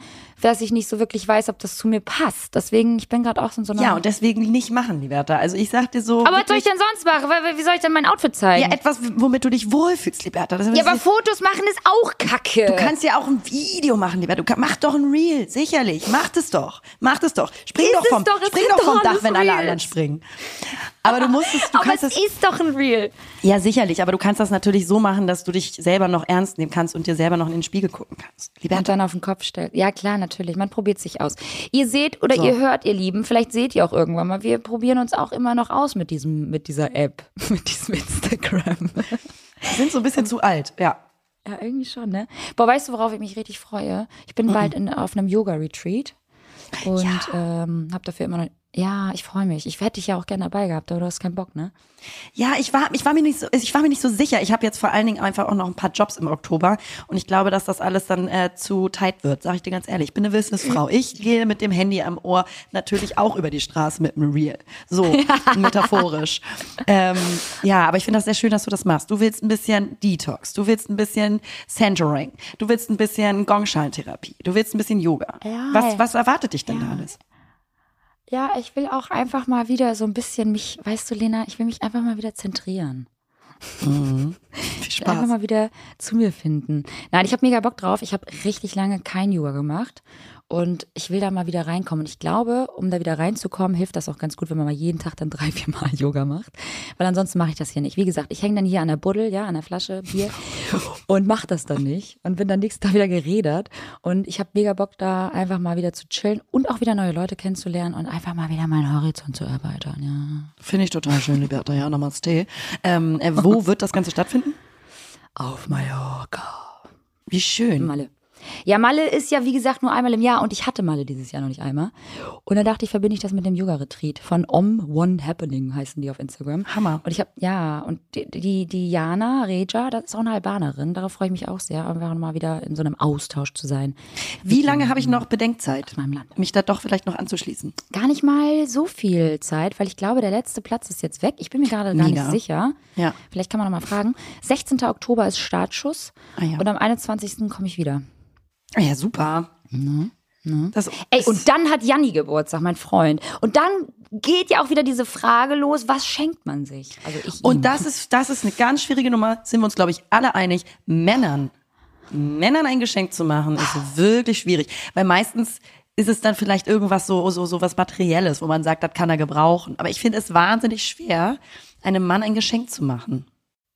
dass ich nicht so wirklich weiß, ob das zu mir passt. Deswegen, ich bin gerade auch so in so einer... Ja, und deswegen nicht machen, Liberta. Also ich sag dir so... Aber was soll ich denn sonst machen? Wie soll ich denn mein Outfit zeigen? Ja, etwas, womit du dich wohlfühlst, Liberta. Das ja, aber Fotos machen ist auch kacke. Du kannst ja auch ein Video machen, Liberta. Du kann, mach doch ein Reel, sicherlich. Mach das doch. Mach das doch. Spring ist doch vom, doch, spring doch vom Dach, wenn alle anderen springen. Aber du musst es... Du aber kannst es das, ist doch ein Reel. Ja, sicherlich. Aber du kannst das natürlich so machen, dass du dich selber noch ernst nehmen kannst und dir selber noch in den Spiegel gucken kannst. Liberta. Und dann auf den Kopf stellt. Ja, klar, natürlich. Man probiert sich aus. Ihr seht oder So. ihr hört, ihr Lieben, vielleicht seht ihr auch irgendwann mal, wir probieren uns auch immer noch aus mit diesem, mit dieser App, mit diesem Instagram. Wir sind so ein bisschen zu alt, ja. Ja, irgendwie schon, ne? Boah, weißt du, worauf ich mich richtig freue? Ich bin mhm. bald in, auf einem Yoga-Retreat und ja. ähm, hab dafür immer noch... Ja, ich freue mich. Ich hätte dich ja auch gerne dabei gehabt, aber du hast keinen Bock, ne? Ja, ich war, ich war mir nicht so, ich war mir nicht so sicher. Ich habe jetzt vor allen Dingen einfach auch noch ein paar Jobs im Oktober und ich glaube, dass das alles dann äh, zu tight wird, sag ich dir ganz ehrlich. Ich bin eine Businessfrau. Ich gehe mit dem Handy am Ohr natürlich auch über die Straße mit dem Reel. So, metaphorisch. ähm, ja, aber ich finde das sehr schön, dass du das machst. Du willst ein bisschen Detox, du willst ein bisschen Centering, du willst ein bisschen Gongschalentherapie, du willst ein bisschen Yoga. Ja. Was, was erwartet dich denn Ja. da alles? Ja, ich will auch einfach mal wieder so ein bisschen mich, weißt du, Lena, ich will mich einfach mal wieder zentrieren. Mhm. Viel Ich will Spaß. einfach mal wieder zu mir finden. Nein, ich habe mega Bock drauf. Ich habe richtig lange kein Yoga gemacht und ich will da mal wieder reinkommen. Und ich glaube, um da wieder reinzukommen, hilft das auch ganz gut, wenn man mal jeden Tag dann drei, vier Mal Yoga macht. Weil ansonsten mache ich das hier nicht. Wie gesagt, ich hänge dann hier an der Buddel, ja, an der Flasche Bier und mache das dann nicht und bin dann nächsten Tag wieder gerädert. Und ich habe mega Bock, da einfach mal wieder zu chillen und auch wieder neue Leute kennenzulernen und einfach mal wieder meinen Horizont zu erweitern, ja. Finde ich total schön, Liberta. Ja, Namaste. Ähm, äh, wo wird das Ganze stattfinden? Auf Mallorca. Wie schön. Malle. Ja, Malle ist ja, wie gesagt, nur einmal im Jahr und ich hatte Malle dieses Jahr noch nicht einmal. Und dann dachte ich, verbinde ich das mit dem Yoga-Retreat von Om One Happening, heißen die auf Instagram. Hammer. Und ich habe, ja, und die, die, die Jana Reja, das ist auch eine Albanerin, darauf freue ich mich auch sehr, einfach mal wieder in so einem Austausch zu sein. Wie lange habe ich noch Bedenkzeit, Aus meinem Land. mich da doch vielleicht noch anzuschließen? Gar nicht mal so viel Zeit, weil ich glaube, der letzte Platz ist jetzt weg. Ich bin mir gerade gar Mega. nicht sicher. Ja. Vielleicht kann man noch mal fragen. sechzehnten Oktober ist Startschuss Ah, ja. und am einundzwanzigsten komme ich wieder. Ah ja, super. Das, Ey, und dann hat Janni Geburtstag, mein Freund. Und dann geht ja auch wieder diese Frage los, was schenkt man sich? Also ich ihm. und das ist, das ist eine ganz schwierige Nummer, sind wir uns, glaube ich, alle einig. Männern, Männern ein Geschenk zu machen, ist wirklich schwierig. Weil meistens ist es dann vielleicht irgendwas so, so, so was Materielles, wo man sagt, das kann er gebrauchen. Aber ich finde es wahnsinnig schwer, einem Mann ein Geschenk zu machen.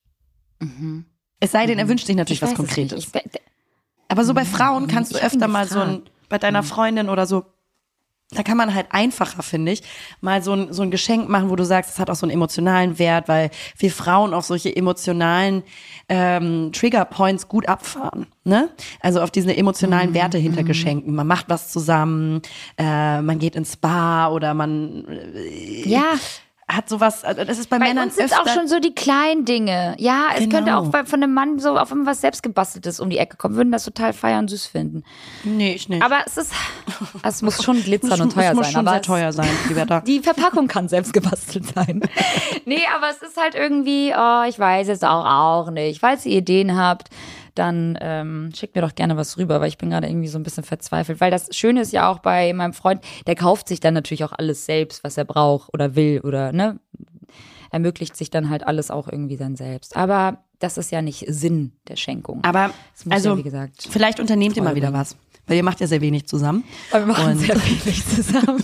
Mhm. Es sei denn, er wünscht sich natürlich Ich was weiß es Konkretes. nicht. Ich, Aber so bei Frauen kannst du Ich hab ihn öfter mal so ein, gefragt. bei deiner Freundin oder so, da kann man halt einfacher, finde ich, mal so ein, so ein Geschenk machen, wo du sagst, es hat auch so einen emotionalen Wert, weil wir Frauen auf solche emotionalen ähm, Triggerpoints gut abfahren, ne? Also auf diese emotionalen Werte hinter Geschenken. Man macht was zusammen, äh, man geht ins Spa oder man äh, ja, hat sowas, also das ist bei, bei Männern uns sind öfter. auch schon so die kleinen Dinge. Ja, es Genau. könnte auch bei, von einem Mann so auf irgendwas selbstgebasteltes um die Ecke kommen, würden das total feiern und süß finden. Nee, ich nicht. Aber es ist, es muss schon glitzern und teuer es muss sein. schon aber sehr es- teuer sein, Liberta. Die Verpackung kann selbst gebastelt sein. Nee, aber es ist halt irgendwie, oh, ich weiß es auch, auch nicht. Falls ihr Ideen habt, dann ähm, schickt mir doch gerne was rüber, weil ich bin gerade irgendwie so ein bisschen verzweifelt. Weil das Schöne ist ja auch bei meinem Freund, der kauft sich dann natürlich auch alles selbst, was er braucht oder will oder, ne, ermöglicht sich dann halt alles auch irgendwie dann selbst. Aber das ist ja nicht Sinn der Schenkung. Aber, Es muss also, ja, wie gesagt, vielleicht unternehmt ihr mal Freude wieder bringen. was. Weil ihr macht ja sehr wenig zusammen. Aber wir machen Und- sehr wenig zusammen.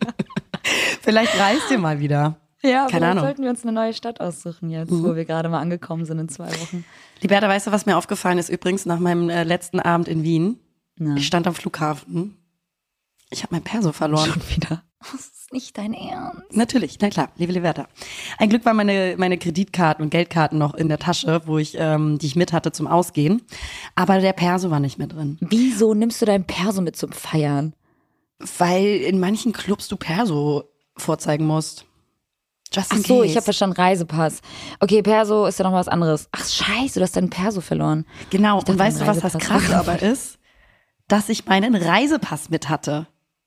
Vielleicht reist ihr mal wieder. Ja, Keine vielleicht Ahnung. sollten wir uns eine neue Stadt aussuchen jetzt, wo wir gerade mal angekommen sind in zwei Wochen. Liberta, weißt du, was mir aufgefallen ist übrigens nach meinem äh, letzten Abend in Wien? Ja. Ich stand am Flughafen. Ich habe mein Perso verloren. Schon wieder. Das ist nicht dein Ernst. Natürlich, na klar, liebe Liberta. Ein Glück waren meine, meine Kreditkarten und Geldkarten noch in der Tasche, wo ich, ähm, die ich mit hatte zum Ausgehen. Aber der Perso war nicht mehr drin. Wieso nimmst du dein Perso mit zum Feiern? Weil in manchen Clubs du Perso vorzeigen musst. Just in Ach so, case. ich habe verstanden, Reisepass. Okay, Perso ist ja noch was anderes. Ach scheiße, du hast deinen Perso verloren. Genau, dachte, und weißt du, was das Reisepass Krasse war- aber ist? Dass ich meinen Reisepass mit hatte.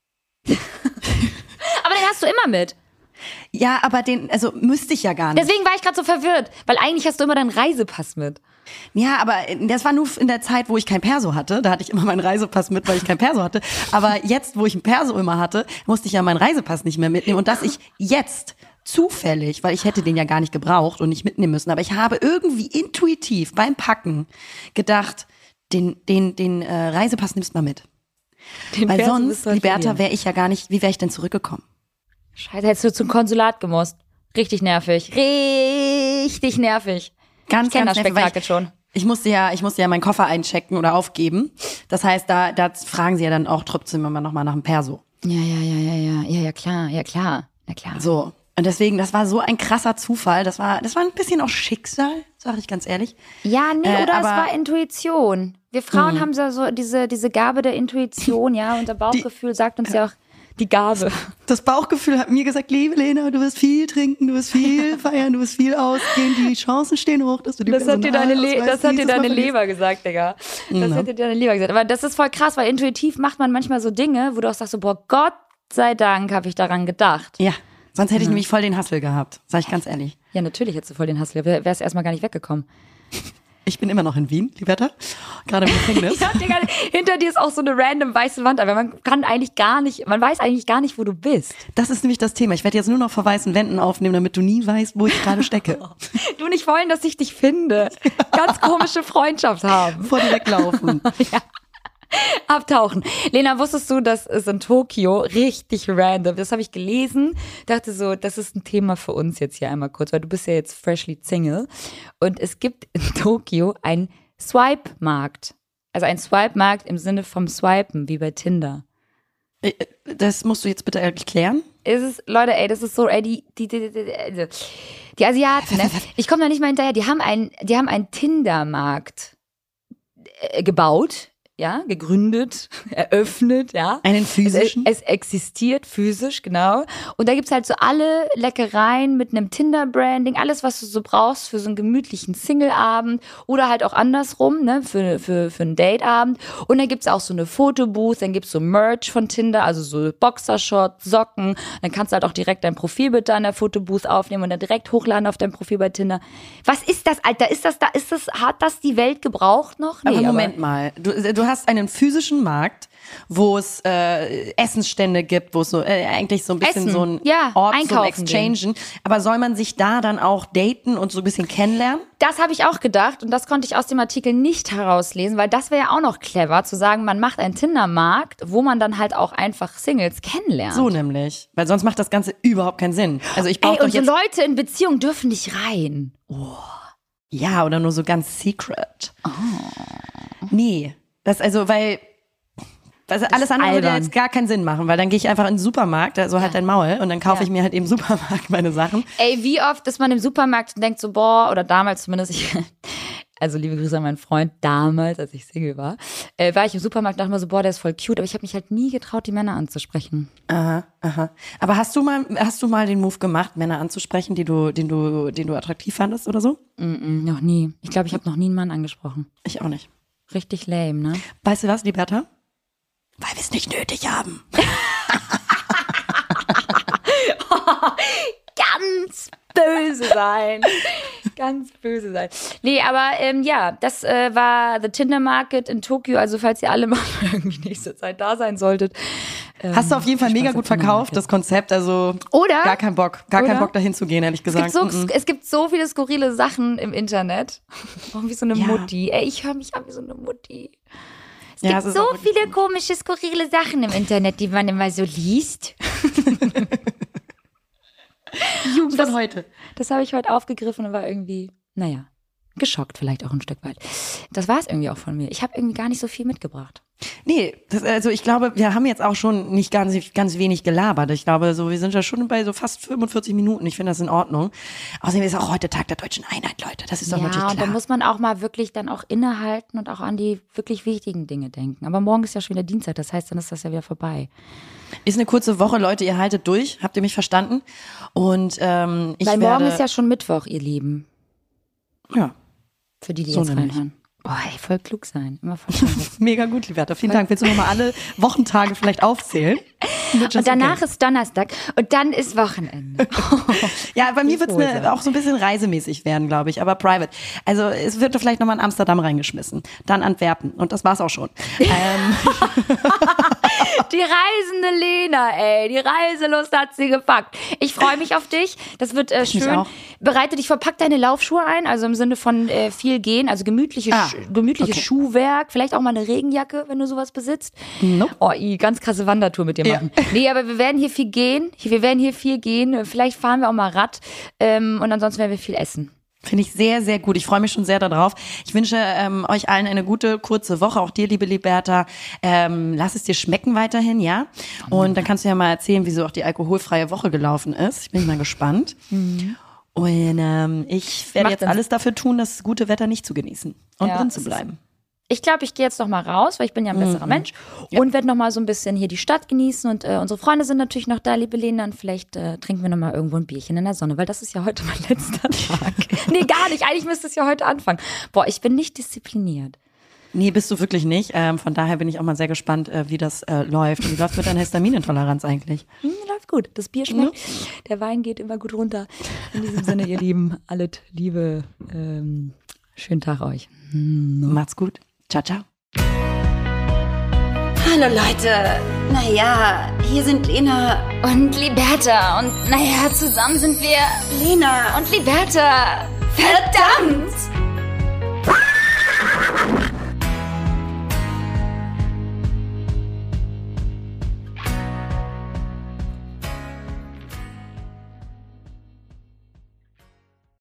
Aber den hast du immer mit. Ja, aber den, also müsste ich ja gar nicht. Deswegen war ich gerade so verwirrt, weil eigentlich hast du immer deinen Reisepass mit. Ja, aber das war nur in der Zeit, wo ich kein Perso hatte. Da hatte ich immer meinen Reisepass mit, weil ich kein Perso hatte. Aber jetzt, wo ich einen Perso immer hatte, musste ich ja meinen Reisepass nicht mehr mitnehmen. Und dass ich jetzt zufällig, weil ich hätte den ja gar nicht gebraucht und nicht mitnehmen müssen, aber ich habe irgendwie intuitiv beim Packen gedacht, den, den, den äh, Reisepass nimmst mal mit. Den weil Perso sonst, Liberta, wäre ich ja gar nicht, wie wäre ich denn zurückgekommen? Scheiße, hättest du zum Konsulat gemusst. Richtig nervig. Richtig nervig. Ganz, ich kenne das nervig, Spektakel schon. Ich musste ja, ich musste ja meinen Koffer einchecken oder aufgeben. Das heißt, da, da fragen sie ja dann auch trotzdem immer noch mal nach dem Perso. Ja, ja, ja, ja, ja, ja, ja, klar, ja, klar, na klar. So. Und deswegen, das war so ein krasser Zufall. Das war, das war ein bisschen auch Schicksal, sag ich ganz ehrlich. Ja, nee, äh, oder aber, es war Intuition. Wir Frauen mh. haben so, so diese, diese Gabe der Intuition, ja. Unser Bauchgefühl die, sagt uns ja auch die Gabe. Das Bauchgefühl hat mir gesagt, liebe Lena, du wirst viel trinken, du wirst viel feiern, du wirst viel ausgehen, die Chancen stehen hoch, dass du die Das hat dir deine, Le- das hat dir deine Leber gesagt, Digga. Das ja. hat dir deine Leber gesagt. Aber das ist voll krass, weil intuitiv macht man manchmal so Dinge, wo du auch sagst so, boah, Gott sei Dank habe ich daran gedacht. Ja, sonst hätte ich mhm. nämlich voll den Hassel gehabt, sag ich ganz ehrlich. Ja, natürlich hättest du voll den Hassel, wärst erstmal gar nicht weggekommen. Ich bin immer noch in Wien, Liberta, gerade im Gefängnis. Ja, Digga, hinter dir ist auch so eine random weiße Wand, aber man kann eigentlich gar nicht, man weiß eigentlich gar nicht, wo du bist. Das ist nämlich das Thema. Ich werde jetzt nur noch vor weißen Wänden aufnehmen, damit du nie weißt, wo ich gerade stecke. Du nicht wollen, dass ich dich finde. Ganz komische Freundschaft haben. Vor dir weglaufen. Ja. Abtauchen. Lena, wusstest du, dass es in Tokio richtig random, das habe ich gelesen, dachte so, das ist ein Thema für uns jetzt hier einmal kurz, weil du bist ja jetzt freshly Single und es gibt in Tokio einen Swipe-Markt. Also ein Swipe-Markt im Sinne vom Swipen, wie bei Tinder. Das musst du jetzt bitte erklären. Es ist, Leute, ey, das ist so, ey, die, die, die, die, die, die Asiaten, ne? Ich komme da nicht mal hinterher, die haben einen, die haben einen Tinder-Markt äh, gebaut. Ja, gegründet, eröffnet, ja. Einen physischen? Es, es existiert physisch, genau. Und da gibt's halt so alle Leckereien mit einem Tinder-Branding, alles, was du so brauchst für so einen gemütlichen Single-Abend oder halt auch andersrum, ne, für, für, für einen Date-Abend. Und dann gibt's auch so eine Fotobooth, dann gibt's so Merch von Tinder, also so Boxershorts, Socken. Dann kannst du halt auch direkt dein Profilbild da in der Fotobooth aufnehmen und dann direkt hochladen auf dein Profil bei Tinder. Was ist das, Alter? Ist das da, ist das, hat das die Welt gebraucht noch? Nee, aber Moment aber, mal, du, du Du hast einen physischen Markt, wo es äh, Essensstände gibt, wo es so äh, eigentlich so ein bisschen Essen. so ein ja, Ort zum Exchangen. Aber soll man sich da dann auch daten und so ein bisschen kennenlernen? Das habe ich auch gedacht und das konnte ich aus dem Artikel nicht herauslesen, weil das wäre ja auch noch clever, zu sagen, man macht einen Tinder-Markt, wo man dann halt auch einfach Singles kennenlernt. So nämlich, weil sonst macht das Ganze überhaupt keinen Sinn. Also ich brauche doch jetzt... Ey, und so Leute in Beziehung dürfen nicht rein. Oh. Ja, oder nur so ganz secret. Oh. Nee. Das also, weil also alles andere albern. Würde jetzt gar keinen Sinn machen, weil dann gehe ich einfach in den Supermarkt, also halt ja. dein Maul, und dann kaufe ja. ich mir halt im Supermarkt meine Sachen. Ey, wie oft ist man im Supermarkt und denkt so, boah, oder damals zumindest, ich, also liebe Grüße an meinen Freund, damals, als ich Single war, äh, war ich im Supermarkt und dachte mir so, boah, der ist voll cute, aber ich habe mich halt nie getraut, die Männer anzusprechen. Aha, aha. Aber hast du mal, hast du mal den Move gemacht, Männer anzusprechen, die du, den du, den du attraktiv fandest oder so? Mm-mm, noch nie. Ich glaube, ich habe noch nie einen Mann angesprochen. Ich auch nicht. Richtig lame, ne? Weißt du was, Liberta? Weil wir es nicht nötig haben. Ganz böse sein. Ganz böse sein. Nee, aber ähm, ja, das äh, war The Tinder Market in Tokio. Also falls ihr alle mal irgendwie nächste Zeit da sein solltet. Ähm, Hast du auf jeden Fall mega gut verkauft, das Konzept. Also oder? Gar keinen Bock. Gar keinen Bock dahin zu gehen, ehrlich gesagt. Es gibt so, mm-mm. es gibt so viele skurrile Sachen im Internet. Wie so eine ja. Mutti. Ey, ich höre mich an wie so eine Mutti. Es ja, gibt so viele komische, skurrile Sachen im Internet, die man immer so liest. Jugend von heute. Das habe ich heute aufgegriffen und war irgendwie, naja, geschockt vielleicht auch ein Stück weit. Das war es irgendwie auch von mir. Ich habe irgendwie gar nicht so viel mitgebracht. Nee, das, also ich glaube, wir haben jetzt auch schon nicht ganz, ganz wenig gelabert. Ich glaube, so wir sind ja schon bei so fast fünfundvierzig Minuten. Ich finde das in Ordnung. Außerdem ist auch heute Tag der deutschen Einheit, Leute. Das ist doch ja, natürlich klar. Ja, und da muss man auch mal wirklich dann auch innehalten und auch an die wirklich wichtigen Dinge denken. Aber morgen ist ja schon wieder Dienstag, das heißt, dann ist das ja wieder vorbei. Ist eine kurze Woche, Leute, ihr haltet durch. Habt ihr mich verstanden? Und ähm, ich Weil werde... morgen ist ja schon Mittwoch, ihr Lieben. Ja. Für die, die so jetzt nämlich. reinhören. Boah, ey, voll klug sein. Immer voll klug. Mega gut, Liberta. Vielen Dank. Willst du nochmal alle Wochentage vielleicht aufzählen? Und danach okay. ist Donnerstag und dann ist Wochenende. Ja, bei mir wird es auch so ein bisschen reisemäßig werden, glaube ich, aber private. Also es wird vielleicht nochmal in Amsterdam reingeschmissen, dann Antwerpen und das war's auch schon. ähm. Die reisende Lena, ey, die Reiselust hat sie gepackt. Ich freue mich auf dich, das wird äh, schön. Bereite dich vor, pack deine Laufschuhe ein, also im Sinne von äh, viel gehen, also gemütliche, ah, Sch- gemütliches okay. Schuhwerk, vielleicht auch mal eine Regenjacke, wenn du sowas besitzt. Nope. Oh, i, ganz krasse Wandertour mit dir machen. Ja. Nee, aber wir werden hier viel gehen, wir werden hier viel gehen, vielleicht fahren wir auch mal Rad ähm, und ansonsten werden wir viel essen. Finde ich sehr, sehr gut. Ich freue mich schon sehr darauf. Ich wünsche ähm, euch allen eine gute, kurze Woche. Auch dir, liebe Liberta. Ähm, lass es dir schmecken weiterhin, ja? Und dann kannst du ja mal erzählen, wie so auch die alkoholfreie Woche gelaufen ist. Ich bin mal gespannt. Mhm. Und ähm, ich werde jetzt alles dafür tun, das gute Wetter nicht zu genießen und ja, drin zu bleiben. Ich glaube, ich gehe jetzt noch mal raus, weil ich bin ja ein besserer mhm. Mensch ja. und werde noch mal so ein bisschen hier die Stadt genießen und äh, unsere Freunde sind natürlich noch da, liebe Lena, und vielleicht äh, trinken wir noch mal irgendwo ein Bierchen in der Sonne, weil das ist ja heute mein letzter Tag. Nee, gar nicht, eigentlich müsste es ja heute anfangen. Boah, ich bin nicht diszipliniert. Nee, bist du wirklich nicht. Ähm, von daher bin ich auch mal sehr gespannt, äh, wie das äh, läuft. Wie läuft mit deiner Histaminintoleranz eigentlich? Hm, läuft gut. Das Bier schmeckt. Ja. Der Wein geht immer gut runter. In diesem Sinne, ihr Lieben, alles Liebe. Ähm, schönen Tag euch. Hm. Macht's gut. Ciao, ciao. Hallo Leute, naja, hier sind Lena und Liberta und naja, zusammen sind wir Lena und Liberta. Verdammt!